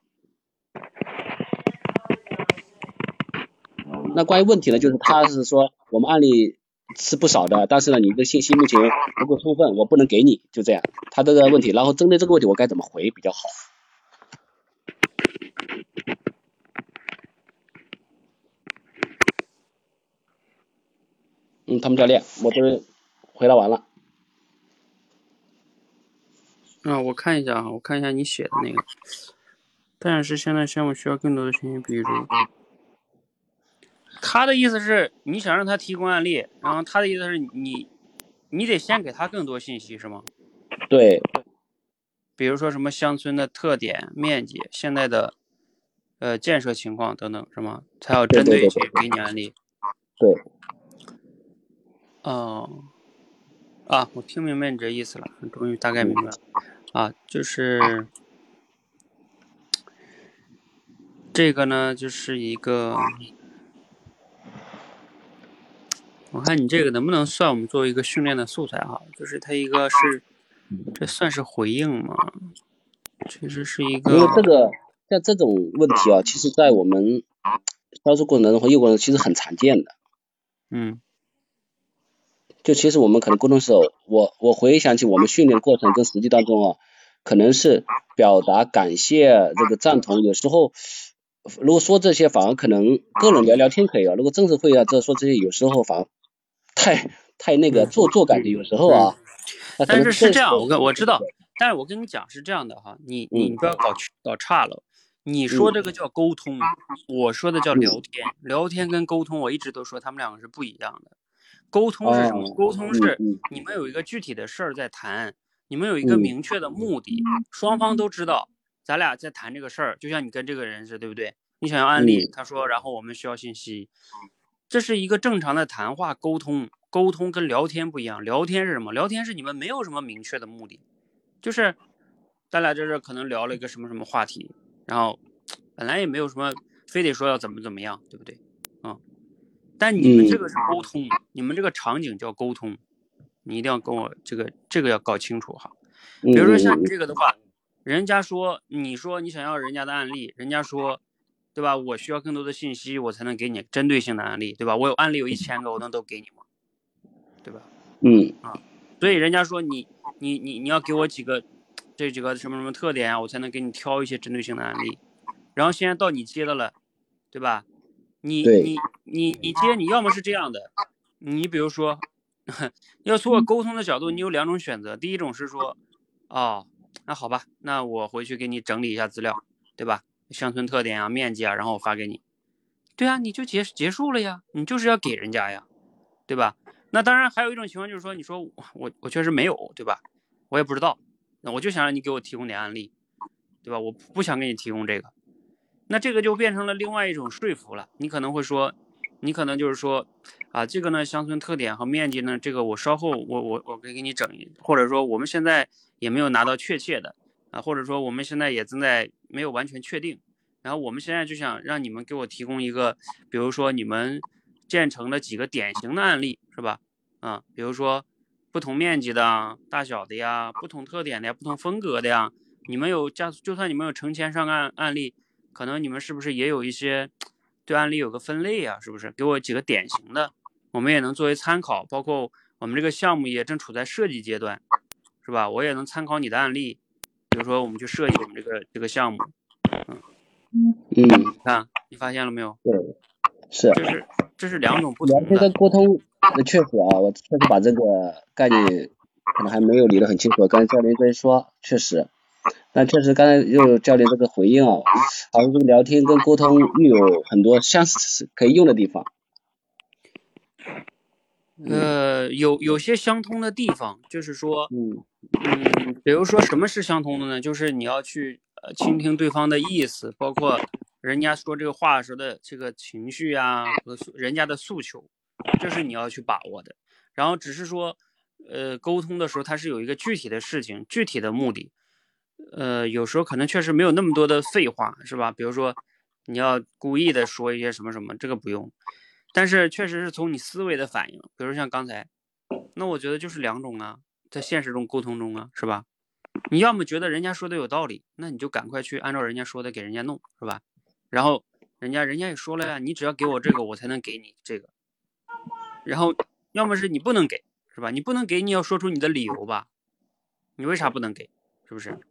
那关于问题呢，就是他是说我们案例是不少的，但是呢，你的信息目前不够充分，我不能给你，就这样。他这个问题，然后针对这个问题，我该怎么回比较好？嗯，他们教练，我这回答完了。 啊，我看一下啊，我看一下你写的那个。但是现在项目需要更多的信息，比如。他的意思是你想让他提供案例，然后他的意思是你，你得先给他更多信息，是吗？ 对。 比如说什么乡村的特点、面积、现在的呃建设情况等等，是吗？才要针对去给你案例。 对。 哦，啊，我听明白你这意思了，终于大概明白了。啊，就是这个呢，就是一个。我看你这个能不能算我们作为一个训练的素材哈？就是它一个是，这算是回应吗？其实是一个。 因为这个像这种问题啊，其实在我们销售过程当中和业务过程中其实很常见的。 嗯。 就其实我们可能沟通的时候，我我回想起我们训练过程跟实际当中啊，可能是表达感谢这个赞同，有时候如果说这些反而可能个人聊聊天可以啊，如果正式会议啊这说这些有时候反而太太那个做作感觉，有时候啊。 嗯、但是是这样，我跟我知道，但是我跟你讲是这样的哈，你你嗯、 不要搞搞差了。你说这个叫沟通，嗯、我说的叫聊天。嗯、聊天跟沟通，我一直都说他们两个是不一样的。沟通是什么？ 哦、 沟通是嗯、 你们有一个具体的事儿在谈，你们有一个明确的目的，嗯、双方都知道咱俩在谈这个事儿，就像你跟这个人是，对不对？你想要案例， 嗯、 他说，然后我们需要信息，这是一个正常的谈话沟通。沟通跟聊天不一样，聊天是什么？聊天是你们没有什么明确的目的，就是咱俩这是可能聊了一个什么什么话题，然后本来也没有什么非得说要怎么怎么样，对不对？嗯，但你们这个是沟通，嗯、你们这个场景叫沟通，你一定要跟我这个这个要搞清楚哈。比如说像你这个的话，人家说你说你想要人家的案例，人家说。对吧？我需要更多的信息，我才能给你针对性的案例，对吧？我有案例有一千个，我能都给你吗？对吧？ 嗯啊，所以人家说你你你你要给我几个这几个什么什么特点啊，我才能给你挑一些针对性的案例。然后现在到你接的了，对吧？你你你你接，你要么是这样的，你比如说，要从我沟通的角度，你有两种选择。第一种是说，哦，那好吧，那我回去给你整理一下资料，对吧？乡村特点啊、面积啊，然后我发给你。对啊，你就结结束了呀，你就是要给人家呀，对吧？那当然还有一种情况就是说，你说我我我确实没有，对吧？我也不知道，那我就想让你给我提供点案例，对吧？我不想给你提供这个，那这个就变成了另外一种说服了。你可能会说，你可能就是说，啊，这个呢乡村特点和面积呢，这个我稍后我我我可以给你整一，或者说我们现在也没有拿到确切的啊，或者说我们现在也正在没有完全确定。然后我们现在就想让你们给我提供一个，比如说你们建成的几个典型的案例，是吧？啊，比如说不同面积的、大小的呀，不同特点的呀，不同风格的呀。你们有加，就算你们有成千上万案例，可能你们是不是也有一些对案例有个分类呀？是不是？给我几个典型的，我们也能作为参考。包括我们这个项目也正处在设计阶段，是吧？我也能参考你的案例，比如说我们去设计我们这个这个项目，嗯。 嗯， 你看，你发现了没有？ 对，是， 这是这是两种不同的。 聊天跟沟通，确实啊，我确实把这个概念可能还没有理得很清楚。刚才教练在说，确实，但确实刚才又教练这个回应啊，好像这个聊天跟沟通又有很多相似可以用的地方。 呃，有有些相通的地方，就是说， 嗯嗯，比如说什么是相通的呢？就是你要去呃倾听对方的意思，包括人家说这个话时的这个情绪啊和人家的诉求，这是你要去把握的。然后只是说，呃，沟通的时候它是有一个具体的事情、具体的目的。呃，有时候可能确实没有那么多的废话，是吧？比如说你要故意的说一些什么什么，这个不用。但是确实是从你思维的反应，比如像刚才，那我觉得就是两种啊，在现实中沟通中啊，是吧？ 你要么觉得人家说的有道理，那你就赶快去按照人家说的给人家弄，是吧？然后人家人家也说了呀，你只要给我这个，我才能给你这个。然后要么是你不能给，是吧？你不能给，你要说出你的理由吧？你为啥不能给？是不是？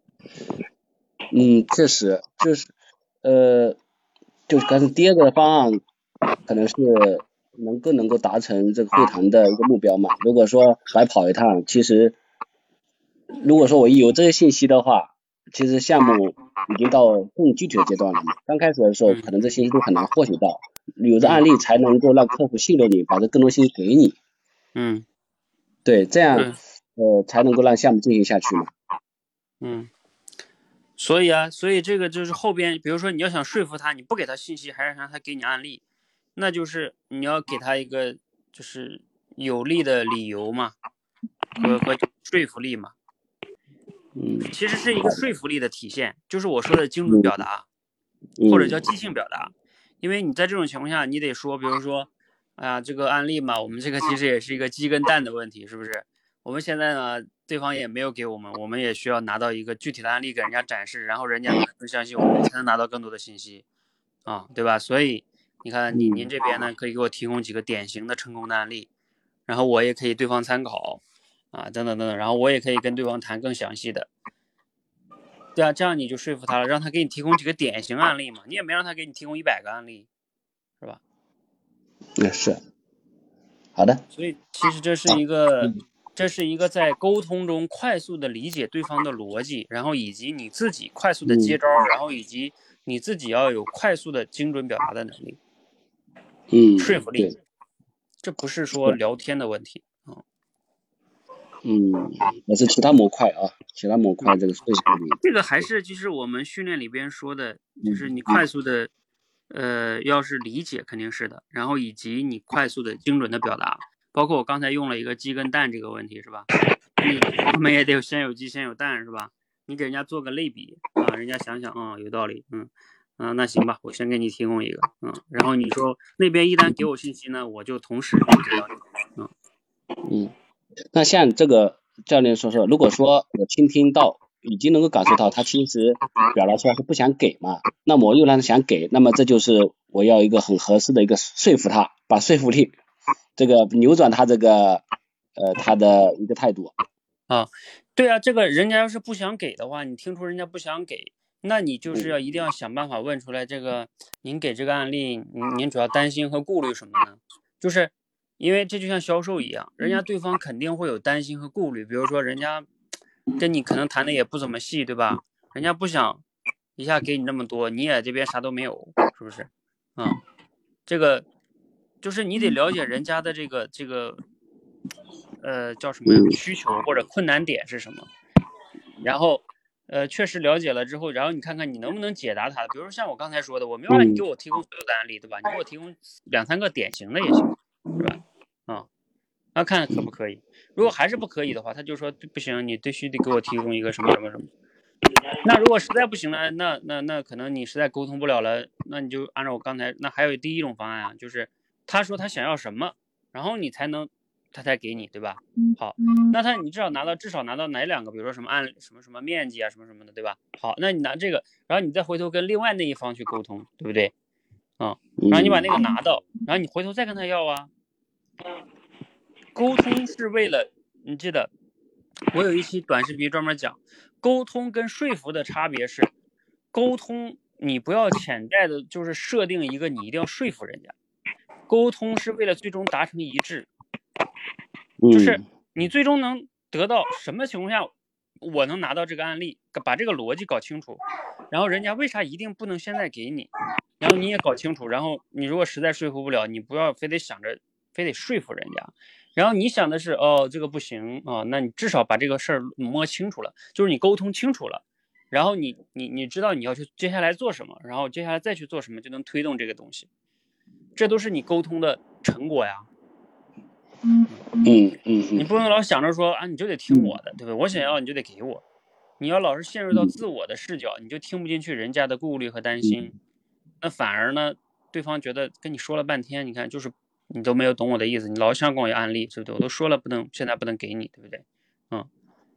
嗯，确实就是，呃，就是可能第二个方案可能是能更能够达成这个会谈的一个目标嘛。如果说白跑一趟，其实如果说我一有这些信息的话，其实项目已经到更具体的阶段了嘛。刚开始的时候，可能这信息都很难获取到，有这案例才能够让客户信任你，把这更多信息给你。 嗯， 对，这样呃才能够让项目进行下去嘛。 嗯。所以啊，所以这个就是后边，比如说你要想说服他，你不给他信息，还是让他给你案例，那就是你要给他一个就是有力的理由嘛，和和说服力嘛。 嗯， 其实是一个说服力的体现，就是我说的精准表达， 嗯、 或者叫即兴表达。因为你在这种情况下，你得说，比如说，哎呀，这个案例嘛，我们这个其实也是一个鸡跟蛋的问题，是不是？我们现在呢，对方也没有给我们，我们也需要拿到一个具体的案例给人家展示，然后人家更相信我们，才能拿到更多的信息，啊，对吧？所以你看，您您这边呢，可以给我提供几个典型的成功的案例，然后我也可以对方参考，啊，等等等等，然后我也可以跟对方谈更详细的，对啊，这样你就说服他了，让他给你提供几个典型案例嘛，你也没让他给你提供一百个案例，是吧？ 也是。好的。 所以其实这是一个。这是一个在沟通中快速的理解对方的逻辑，然后以及你自己快速的接招， 嗯、 然后以及你自己要有快速的精准表达的能力， 嗯， 说服力。 对， 这不是说聊天的问题啊。 嗯，也是其他模块啊，其他模块这个说服力。 这个还是就是我们训练里边说的，就是你快速的，呃，要是理解肯定是的，然后以及你快速的精准的表达。包括我刚才用了一个鸡跟蛋这个问题，是吧？你我们也得有先有鸡先有蛋，是吧？你给人家做个类比啊，人家想想啊、嗯，有道理，嗯啊，那行吧，我先给你提供一个，嗯，然后你说那边一旦给我信息呢，我就同时就给到你，嗯嗯，那像这个教练说说，如果说我倾听到已经能够感受到他其实表达出来是不想给嘛，那么我又让他想给，那么这就是我要一个很合适的一个说服他，把说服力。这个扭转他这个呃他的一个态度啊，对啊，这个人家要是不想给的话，你听出人家不想给，那你就是要一定要想办法问出来，这个您给这个案例，您您主要担心和顾虑什么呢？就是因为这就像销售一样，人家对方肯定会有担心和顾虑，比如说人家跟你可能谈的也不怎么细，对吧？人家不想一下给你那么多，你也这边啥都没有，是不是？啊，这个。就是你得了解人家的这个这个，呃，叫什么呀？需求或者困难点是什么？然后，呃，确实了解了之后，然后你看看你能不能解答他。比如说像我刚才说的，我没有让你给我提供所有的案例，对吧？你给我提供两三个典型的也行，是吧？啊，那看看可不可以。如果还是不可以的话，他就说不行，你必须得给我提供一个什么什么什么。那如果实在不行了，那那那可能你实在沟通不了了，那你就按照我刚才那还有第一种方案啊，就是他说他想要什么，然后你才能他才给你，对吧？好，那他你至少拿到至少拿到哪两个，比如说什么按什么什么面积啊，什么什么的，对吧？好，那你拿这个，然后你再回头跟另外那一方去沟通，对不对？啊、嗯，然后你把那个拿到，然后你回头再跟他要啊。沟通是为了，你记得我有一期短视频专门讲。沟通跟说服的差别是，沟通你不要潜在的就是设定一个你一定要说服人家，沟通是为了最终达成一致，就是你最终能得到什么情况下我能拿到这个案例，把这个逻辑搞清楚，然后人家为啥一定不能现在给你，然后你也搞清楚，然后你如果实在说服不了，你不要非得想着非得说服人家。然后你想的是哦这个不行啊、哦，那你至少把这个事儿摸清楚了，就是你沟通清楚了，然后你你你知道你要去接下来做什么，然后接下来再去做什么，就能推动这个东西，这都是你沟通的成果呀。 嗯嗯嗯， 你不能老想着说啊你就得听我的，对不对？我想要你就得给我，你要老是陷入到自我的视角，你就听不进去人家的顾虑和担心，那反而呢对方觉得跟你说了半天，你看就是你都没有懂我的意思，你老想跟我有案例，对不对？我都说了不能，现在不能给你，对不对？嗯，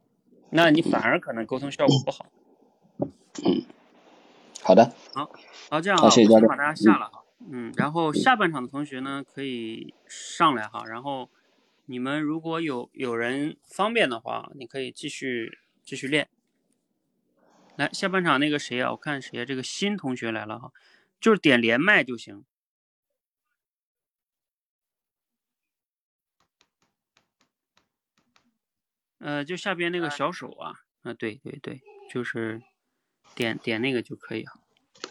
那你反而可能沟通效果不好。 嗯，好的。 好，好，这样好， 哈， 谢谢教练。 我先把大家下了哈。嗯，然后下半场的同学呢可以上来哈，然后你们如果有有人方便的话，你可以继续继续练。来，下半场那个谁啊？我看谁啊？这个新同学来了哈，就是点连麦就行。呃，就下边那个小手啊，啊，对对对，就是点点那个就可以啊。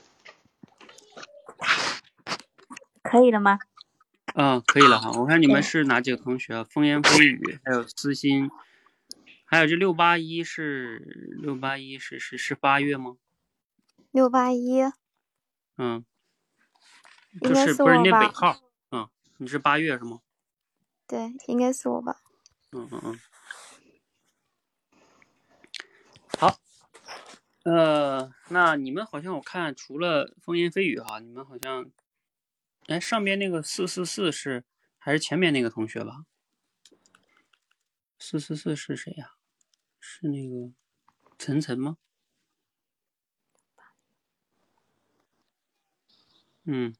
可以了吗？ 啊，可以了哈。我看你们是哪几个同学啊？风言风语，还有私心，还有这六八一是六八一是是是八月吗？ 六八一。 嗯， 应该就是不是是我吧？ 那尾号？嗯，你是八月是吗？ 对，应该是我吧。 嗯嗯嗯。好，呃，那你们好像我看除了风言蜚语哈，你们好像，哎，上边那个四四四是还是前面那个同学吧？四四四是谁呀、啊？是那个岑岑吗？嗯。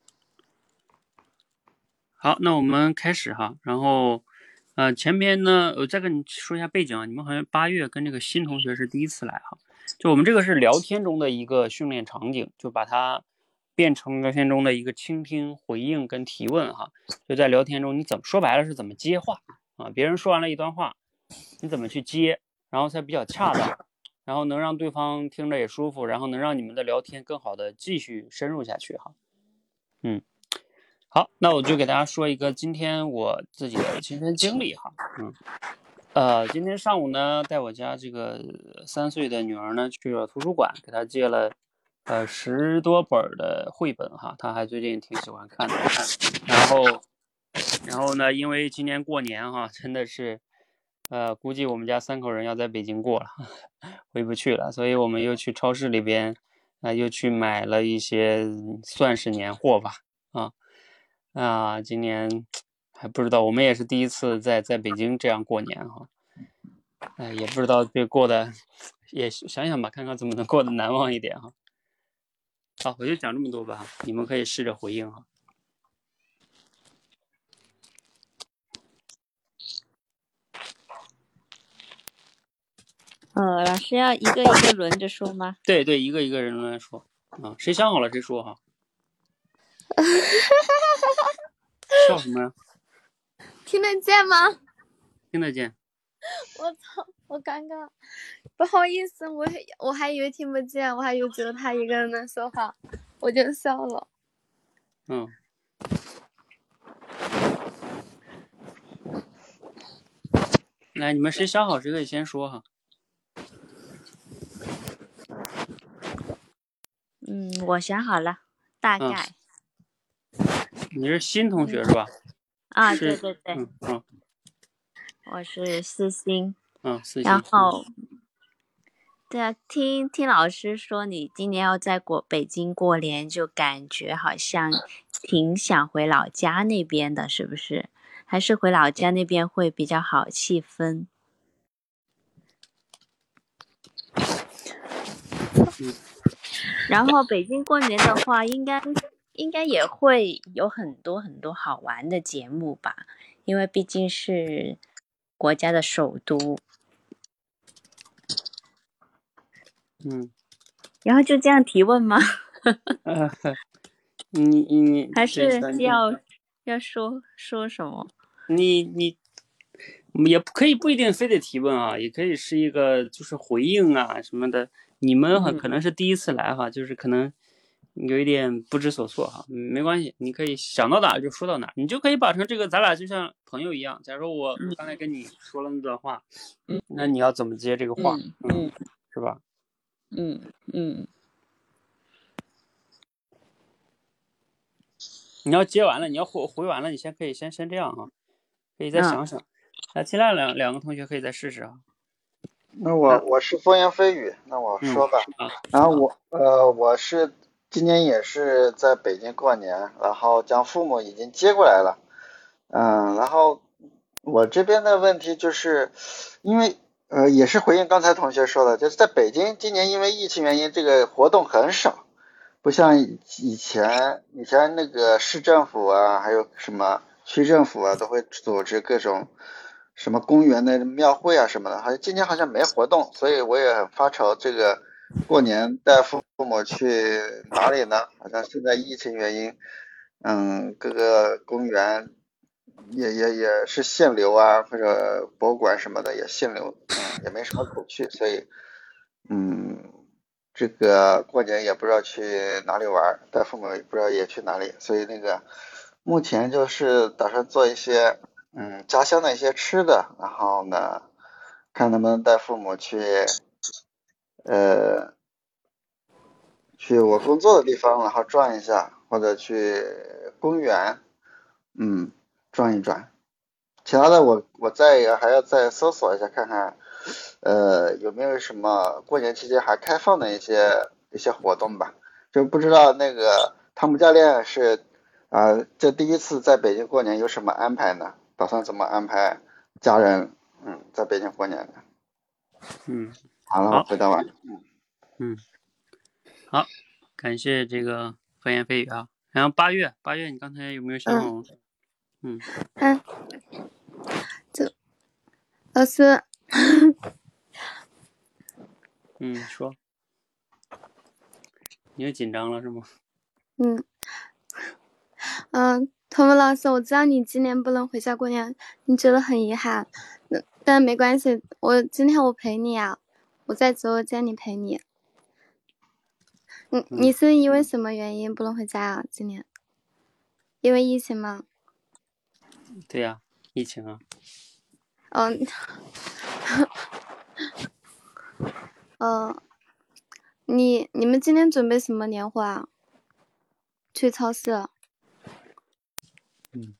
好，那我们开始哈，然后，呃，前边呢，我再跟你说一下背景啊，你们好像八月跟这个新同学是第一次来哈，就我们这个是聊天中的一个训练场景，就把它变成聊天中的一个倾听、回应跟提问哈，就在聊天中你怎么说白了是怎么接话啊，别人说完了一段话，你怎么去接，然后才比较恰当，然后能让对方听着也舒服，然后能让你们的聊天更好的继续深入下去哈，嗯。好，那我就给大家说一个今天我自己的亲身经历哈，嗯，呃，今天上午呢，带我家这个三岁的女儿呢去了图书馆，给她借了呃十多本的绘本哈，她还最近挺喜欢看的，然后，然后呢，因为今年过年哈，真的是，呃，估计我们家三口人要在北京过了，回不去了，所以我们又去超市里边，啊、呃，又去买了一些算是年货吧，啊。啊，今年还不知道，我们也是第一次在在北京这样过年哈，哎，也不知道这过的，也想想吧，看看怎么能过得难忘一点哈。好，我就讲这么多吧，你们可以试着回应哈。 呃，老师要一个一个轮着说吗？ 对对，一个一个人轮说啊，谁想好了谁说哈。笑什么呀？ 听得见吗？ 听得见。 我操，我尴尬，不好意思，我我还以为听不见，我还以为只有他一个人能说话，我就笑了。 嗯。来，你们谁想好谁可以先说哈。 嗯，我想好了，大概。 嗯、你是新同学是吧？ 啊，对对对。 嗯嗯。 我是思欣。 嗯，思欣。 然后，对啊，听听老师说你今年要在过北京过年，就感觉好像挺想回老家那边的，是不是？还是回老家那边会比较好气氛？ 嗯。 然后北京过年的话，应该应该也会有很多很多好玩的节目吧，因为毕竟是国家的首都。 嗯。 然后就这样提问吗？ 呃，你你还是要要说说什么？ 你你也可以不一定非得提问啊，也可以是一个就是回应啊什么的。你们很可能是第一次来哈，嗯、就是可能有一点不知所措哈，没关系，你可以想到哪就说到哪，你就可以把成这个咱俩就像朋友一样。假如我刚才跟你说了那段话，嗯、那你要怎么接这个话？ 嗯， 嗯是吧？ 嗯嗯。 你要接完了，你要回回完了，你先可以先先这样哈，可以再想想。那、嗯、其他两两个同学可以再试试啊。 那我我是风言蜚语，那我说吧。 嗯啊、 然后我呃我是今年也是在北京过年，然后将父母已经接过来了。嗯，然后我这边的问题就是，因为呃，也是回应刚才同学说的，就是在北京今年因为疫情原因，这个活动很少，不像以前以前那个市政府啊，还有什么区政府啊，都会组织各种什么公园的庙会啊什么的，好像今年好像没活动，所以我也很发愁，这个过年带父母去哪里呢？好像现在疫情原因，嗯，各个公园也也也是限流啊，或者博物馆什么的也限流，嗯，也没什么可去，所以，嗯，这个过年也不知道去哪里玩，带父母也不知道也去哪里，所以那个目前就是打算做一些，嗯，家乡的一些吃的，然后呢，看能不能带父母去，呃，去我工作的地方，然后转一下，或者去公园，嗯，转一转。其他的我我再还要再搜索一下看看，呃，有没有什么过年期间还开放的一些一些活动吧？就不知道那个汤姆教练是啊、呃这第一次在北京过年有什么安排呢？打算怎么安排家人嗯在北京过年呢？ 嗯， 好了，我好， 回答完了。嗯嗯，好，感谢这个和颜蜚语啊。然后八月，八月你刚才有没有想好？嗯， 嗯，这老师， 嗯，说，你又紧张了是吗？ 嗯嗯，童文老师，我知道你今年不能回家过年，你觉得很遗憾，那但没关系，我今天我陪你啊，我在直播间里陪你。你你是因为什么原因不能回家啊？今年？因为疫情吗？ 对呀、啊，疫情啊。 嗯，呃，你你们今天准备什么年货啊？去超市。 嗯，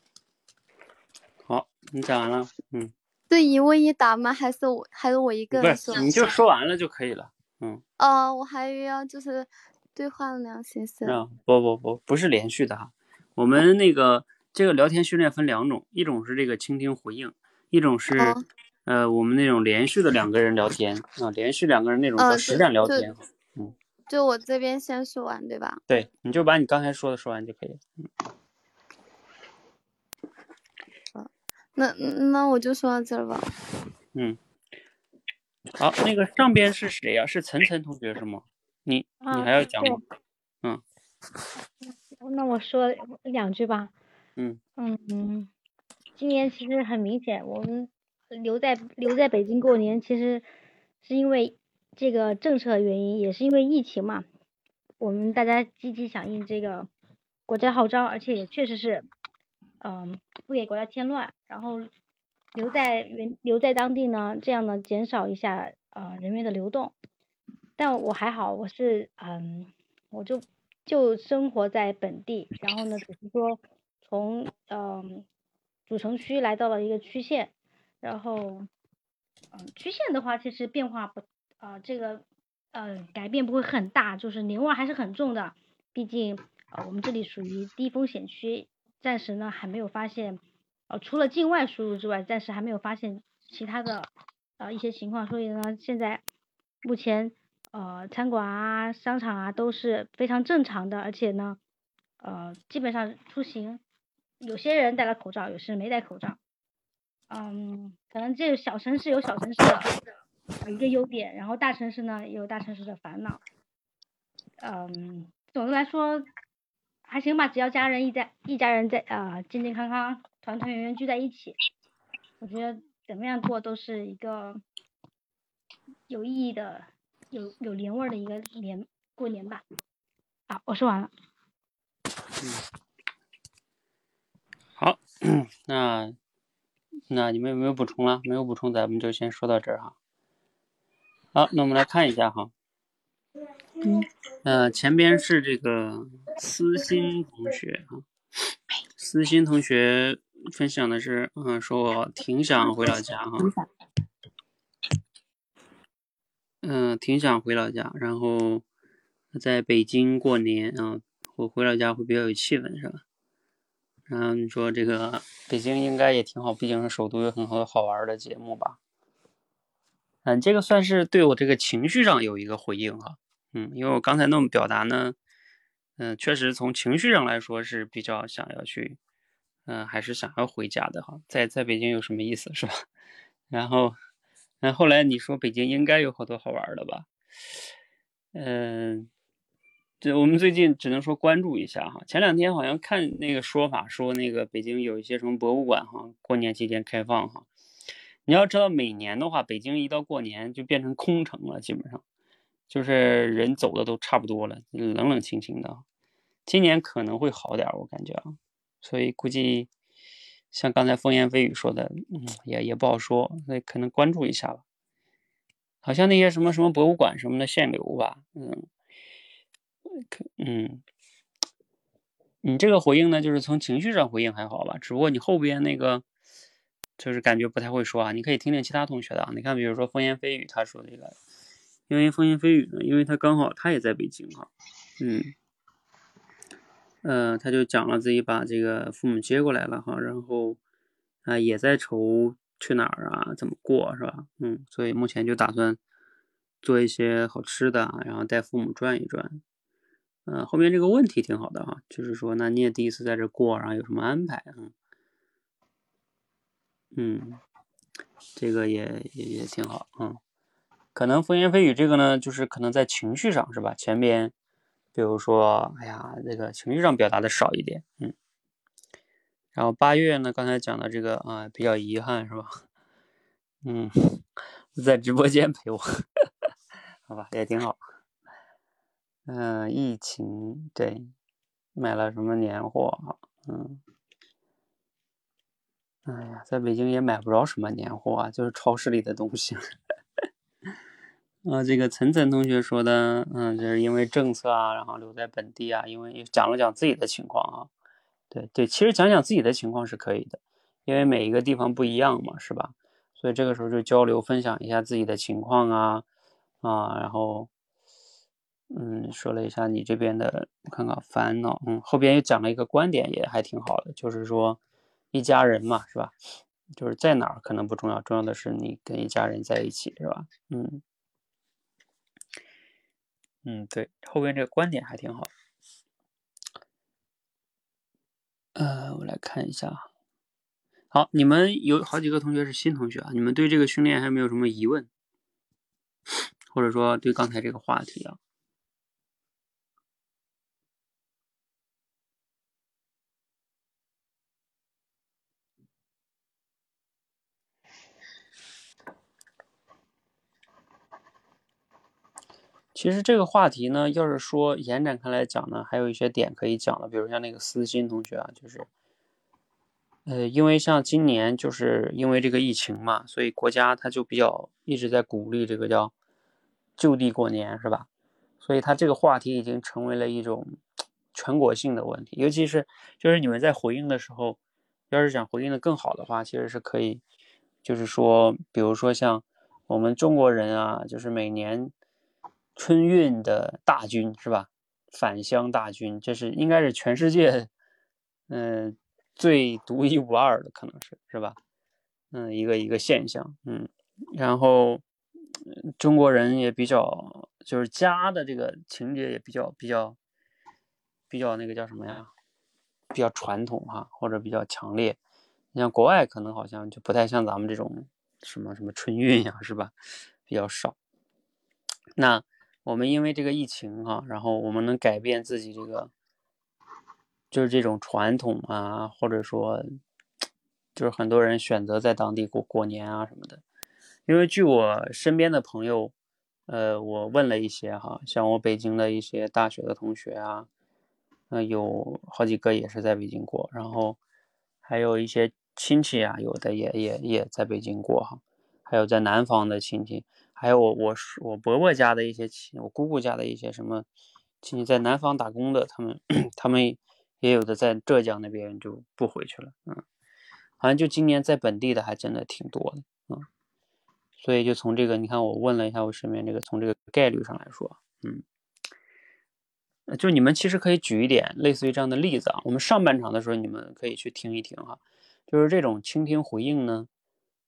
好，你讲完了。嗯， 是一问一答吗？还是我还是我一个人说？ 不是，你就说完了就可以了。嗯。 哦，我还以为要就是对话的那样形式。 啊，不不不，不是连续的哈。我们那个这个聊天训练分两种，一种是这个倾听回应，一种是、哦、呃我们那种连续的两个人聊天啊，连续两个人那种叫实战聊天。 呃、 嗯， 就我这边先说完，对吧？ 对，你就把你刚才说的说完就可以了。 嗯，那那我就说到这儿吧。 嗯，好，那个上边是谁呀、啊？是岑岑同学是吗？你你还要讲吗？嗯。 那我说两句吧。 嗯嗯，今年其实很明显，我们留在留在北京过年，其实是因为这个政策原因，也是因为疫情嘛。我们大家积极响应这个国家号召，而且也确实是，嗯，不给国家添乱，然后留在原留在当地呢，这样呢减少一下呃人员的流动。但我还好，我是嗯，我就就生活在本地，然后呢，只是说从嗯主城区来到了一个区县，然后嗯区县的话，其实变化不啊、呃、这个呃改变不会很大，就是年味儿还是很重的，毕竟呃我们这里属于低风险区，暂时呢还没有发现呃除了境外输入之外，暂时还没有发现其他的呃一些情况，所以呢现在目前。呃，餐馆啊、商场啊都是非常正常的，而且呢，呃，基本上出行，有些人戴了口罩，有些人没戴口罩。嗯，可能这个小城市有小城市的一个优点，然后大城市呢也有大城市的烦恼。嗯，总的来说还行吧，只要家人一家一家人在啊、呃、健健康康、团团圆圆聚在一起，我觉得怎么样过都是一个有意义的。有有年味儿的一个年过年吧。好，我说完了。 嗯，好，那那你们有没有补充了？没有补充，咱们就先说到这儿哈。好，那我们来看一下哈。 嗯， 呃，前边是这个思欣同学啊，思欣同学分享的是，嗯，说我挺想回老家哈。嗯，挺想回老家，然后在北京过年啊，我回老家会比较有气氛，是吧？然后你说这个北京应该也挺好，毕竟是首都，有很多好玩的节目吧。 嗯，这个算是对我这个情绪上有一个回应哈。嗯，因为我刚才那么表达呢，嗯，确实从情绪上来说是比较想要去，嗯，还是想要回家的哈。在在北京有什么意思是吧？然后，那后来你说北京应该有好多好玩的吧？嗯，这我们最近只能说关注一下哈。前两天好像看那个说法说那个北京有一些什么博物馆哈，过年期间开放哈。你要知道每年的话，北京一到过年就变成空城了，基本上就是人走的都差不多了，冷冷清清的。今年可能会好点我感觉啊，所以估计像刚才风言蜚语说的，嗯，也也不好说，所以可能关注一下吧。好像那些什么什么博物馆什么的限流吧，嗯，嗯，你这个回应呢，就是从情绪上回应还好吧，只不过你后边那个就是感觉不太会说啊，你可以听听其他同学的啊。你看，比如说风言蜚语他说这个，因为风言蜚语呢，因为他刚好他也在北京哈，嗯，呃，他就讲了自己把这个父母接过来了哈，然后啊、呃、也在愁去哪儿啊，怎么过是吧？嗯，所以目前就打算做一些好吃的，然后带父母转一转。呃，后面这个问题挺好的哈，就是说，那你也第一次在这过，然后有什么安排啊？嗯，这个也也也挺好，嗯，可能风言蜚语这个呢，就是可能在情绪上是吧？前边比如说，哎呀，这个情绪上表达的少一点，嗯，然后八月呢，刚才讲的这个啊，比较遗憾是吧？嗯，在直播间陪我，好吧，也挺好。嗯、呃，疫情对，买了什么年货？嗯。哎呀，在北京也买不着什么年货啊，就是超市里的东西。呃，这个岑岑同学说的，嗯，就是因为政策啊，然后留在本地啊，因为讲了讲自己的情况啊。对对，其实讲讲自己的情况是可以的，因为每一个地方不一样嘛，是吧？所以这个时候就交流分享一下自己的情况啊啊，然后嗯，说了一下你这边的，我看看烦恼，嗯，后边又讲了一个观点，也还挺好的，就是说一家人嘛，是吧？就是在哪儿可能不重要，重要的是你跟一家人在一起，是吧？嗯嗯，对，后边这个观点还挺好。呃，我来看一下。好，你们有好几个同学是新同学啊，你们对这个训练还有没有什么疑问？或者说对刚才这个话题啊？其实这个话题呢，要是说延展开来讲呢，还有一些点可以讲的，比如像那个思欣同学啊，就是，呃，因为像今年就是因为这个疫情嘛，所以国家他就比较一直在鼓励这个叫就地过年，是吧？所以他这个话题已经成为了一种全国性的问题，尤其是就是你们在回应的时候，要是想回应的更好的话，其实是可以，就是说，比如说像我们中国人啊，就是每年春运的大军是吧？返乡大军，这是应该是全世界，嗯、呃，最独一无二的，可能是是吧？嗯，一个一个现象，嗯，然后中国人也比较，就是家的这个情节也比较比较比较那个叫什么呀？比较传统哈，或者比较强烈。你像国外可能好像就不太像咱们这种什么什么春运呀，是吧？比较少。那我们因为这个疫情哈，然后我们能改变自己这个，就是这种传统啊，或者说，就是很多人选择在当地过过年啊什么的。因为据我身边的朋友，呃，我问了一些哈，像我北京的一些大学的同学啊，呃，有好几个也是在北京过，然后还有一些亲戚啊，有的也也也在北京过哈，还有在南方的亲戚，还有我我我伯伯家的一些亲，我姑姑家的一些什么亲戚在南方打工的，他们他们也有的在浙江那边就不回去了，嗯，好像就今年在本地的还真的挺多的，嗯。所以就从这个，你看我问了一下我身边这个，从这个概率上来说，嗯，就你们其实可以举一点类似于这样的例子啊。我们上半场的时候，你们可以去听一听哈，就是这种倾听回应呢，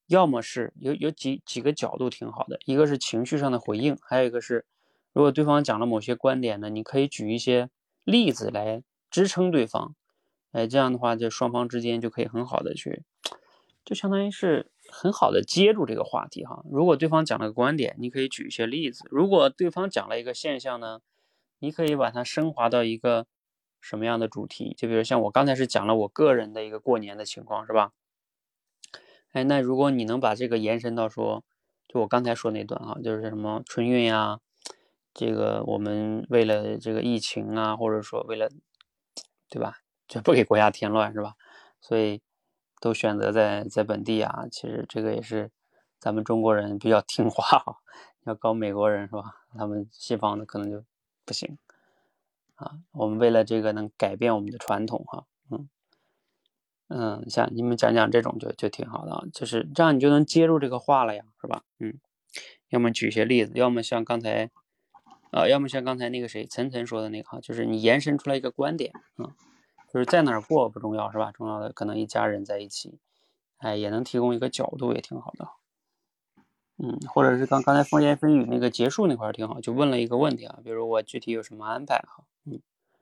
要么是有有几几个角度挺好的，一个是情绪上的回应，还有一个是如果对方讲了某些观点呢，你可以举一些例子来支撑对方，哎，这样的话就双方之间就可以很好的去，就相当于是很好的接住这个话题哈。如果对方讲了个观点，你可以举一些例子；如果对方讲了一个现象呢，你可以把它升华到一个什么样的主题？就比如像我刚才是讲了我个人的一个过年的情况，是吧？哎，那如果你能把这个延伸到说，就我刚才说那段啊，就是什么春运呀，这个我们为了这个疫情啊，或者说为了，对吧？就不给国家添乱是吧？所以都选择在在本地啊，其实这个也是咱们中国人比较听话啊，要搞美国人是吧？他们西方的可能就不行啊。我们为了这个能改变我们的传统哈，嗯。嗯，像你们讲讲这种就就挺好的啊，就是这样你就能接住这个话了呀，是吧？嗯，要么举些例子，要么像刚才，啊，要么像刚才那个谁岑岑说的那个哈，就是你延伸出来一个观点啊，就是在哪儿过不重要是吧？重要的可能一家人在一起，哎，也能提供一个角度，也挺好的。嗯，或者是刚刚才风言风语那个结束那块儿挺好，就问了一个问题啊，比如我具体有什么安排哈，嗯。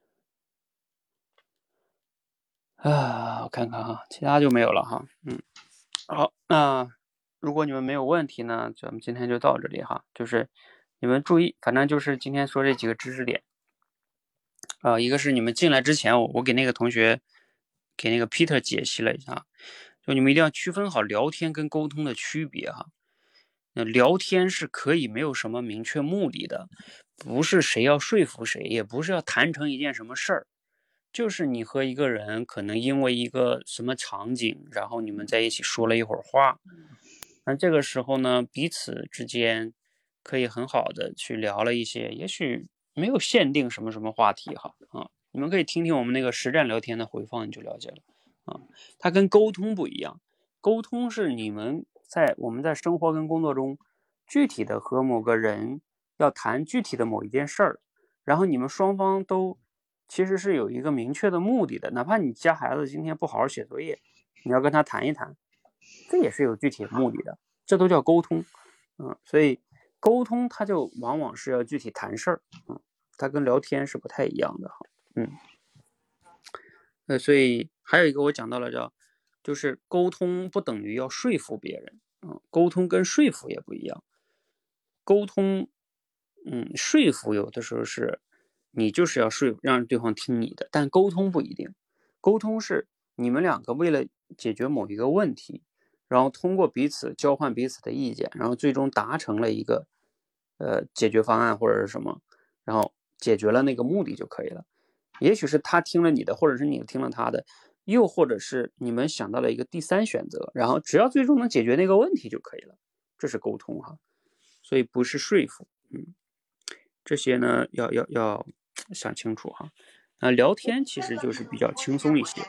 啊，我看看哈，其他就没有了哈。嗯，好，那如果你们没有问题呢，咱们今天就到这里哈。就是你们注意，反正就是今天说这几个知识点啊、呃，一个是你们进来之前，我我给那个同学给那个 Peter 解析了一下，就你们一定要区分好聊天跟沟通的区别哈。那聊天是可以没有什么明确目的的，不是谁要说服谁，也不是要谈成一件什么事儿。就是你和一个人可能因为一个什么场景，然后你们在一起说了一会儿话，那这个时候呢，彼此之间可以很好的去聊了一些，也许没有限定什么什么话题哈啊，你们可以听听我们那个实战聊天的回放，你就了解了啊。它跟沟通不一样，沟通是你们在我们在生活跟工作中具体的和某个人要谈具体的某一件事儿，然后你们双方都其实是有一个明确的目的的，哪怕你家孩子今天不好好写作业，你要跟他谈一谈，这也是有具体的目的的，这都叫沟通。嗯，所以沟通它就往往是要具体谈事儿，嗯，它跟聊天是不太一样的哈，嗯，呃，所以还有一个我讲到了叫，就是沟通不等于要说服别人，嗯，沟通跟说服也不一样，沟通，嗯，说服有的时候是。你就是要说让对方听你的，但沟通不一定。沟通是你们两个为了解决某一个问题，然后通过彼此交换彼此的意见，然后最终达成了一个呃解决方案或者是什么，然后解决了那个目的就可以了。也许是他听了你的，或者是你听了他的，又或者是你们想到了一个第三选择，然后只要最终能解决那个问题就可以了。这是沟通哈，所以不是说服，嗯，这些呢要要要。想清楚哈，啊，聊天其实就是比较轻松一些。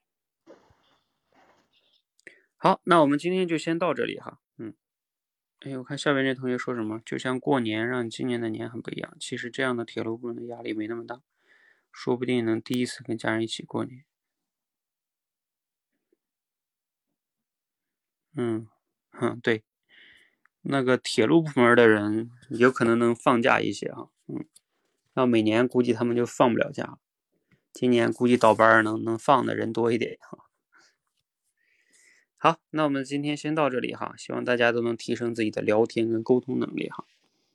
好，那我们今天就先到这里哈，嗯，哎，我看下边这同学说什么，就像过年让今年的年很不一样，其实这样的铁路部门的压力没那么大，说不定能第一次跟家人一起过年。嗯，哼，对，那个铁路部门的人有可能能放假一些哈，嗯，要每年估计他们就放不了假，今年估计倒班能能放的人多一点哈。好，那我们今天先到这里哈，希望大家都能提升自己的聊天跟沟通能力哈。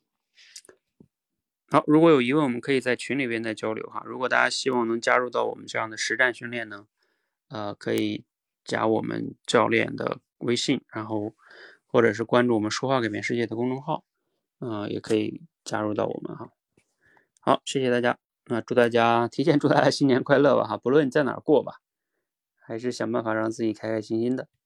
好，如果有疑问，我们可以在群里边再交流哈。如果大家希望能加入到我们这样的实战训练呢，呃，可以加我们教练的微信，然后或者是关注我们说话改变世界的公众号，嗯、呃，也可以加入到我们哈。好，谢谢大家，那、呃、祝大家提前祝大家新年快乐吧哈，不论你在哪儿过吧，还是想办法让自己开开心心的。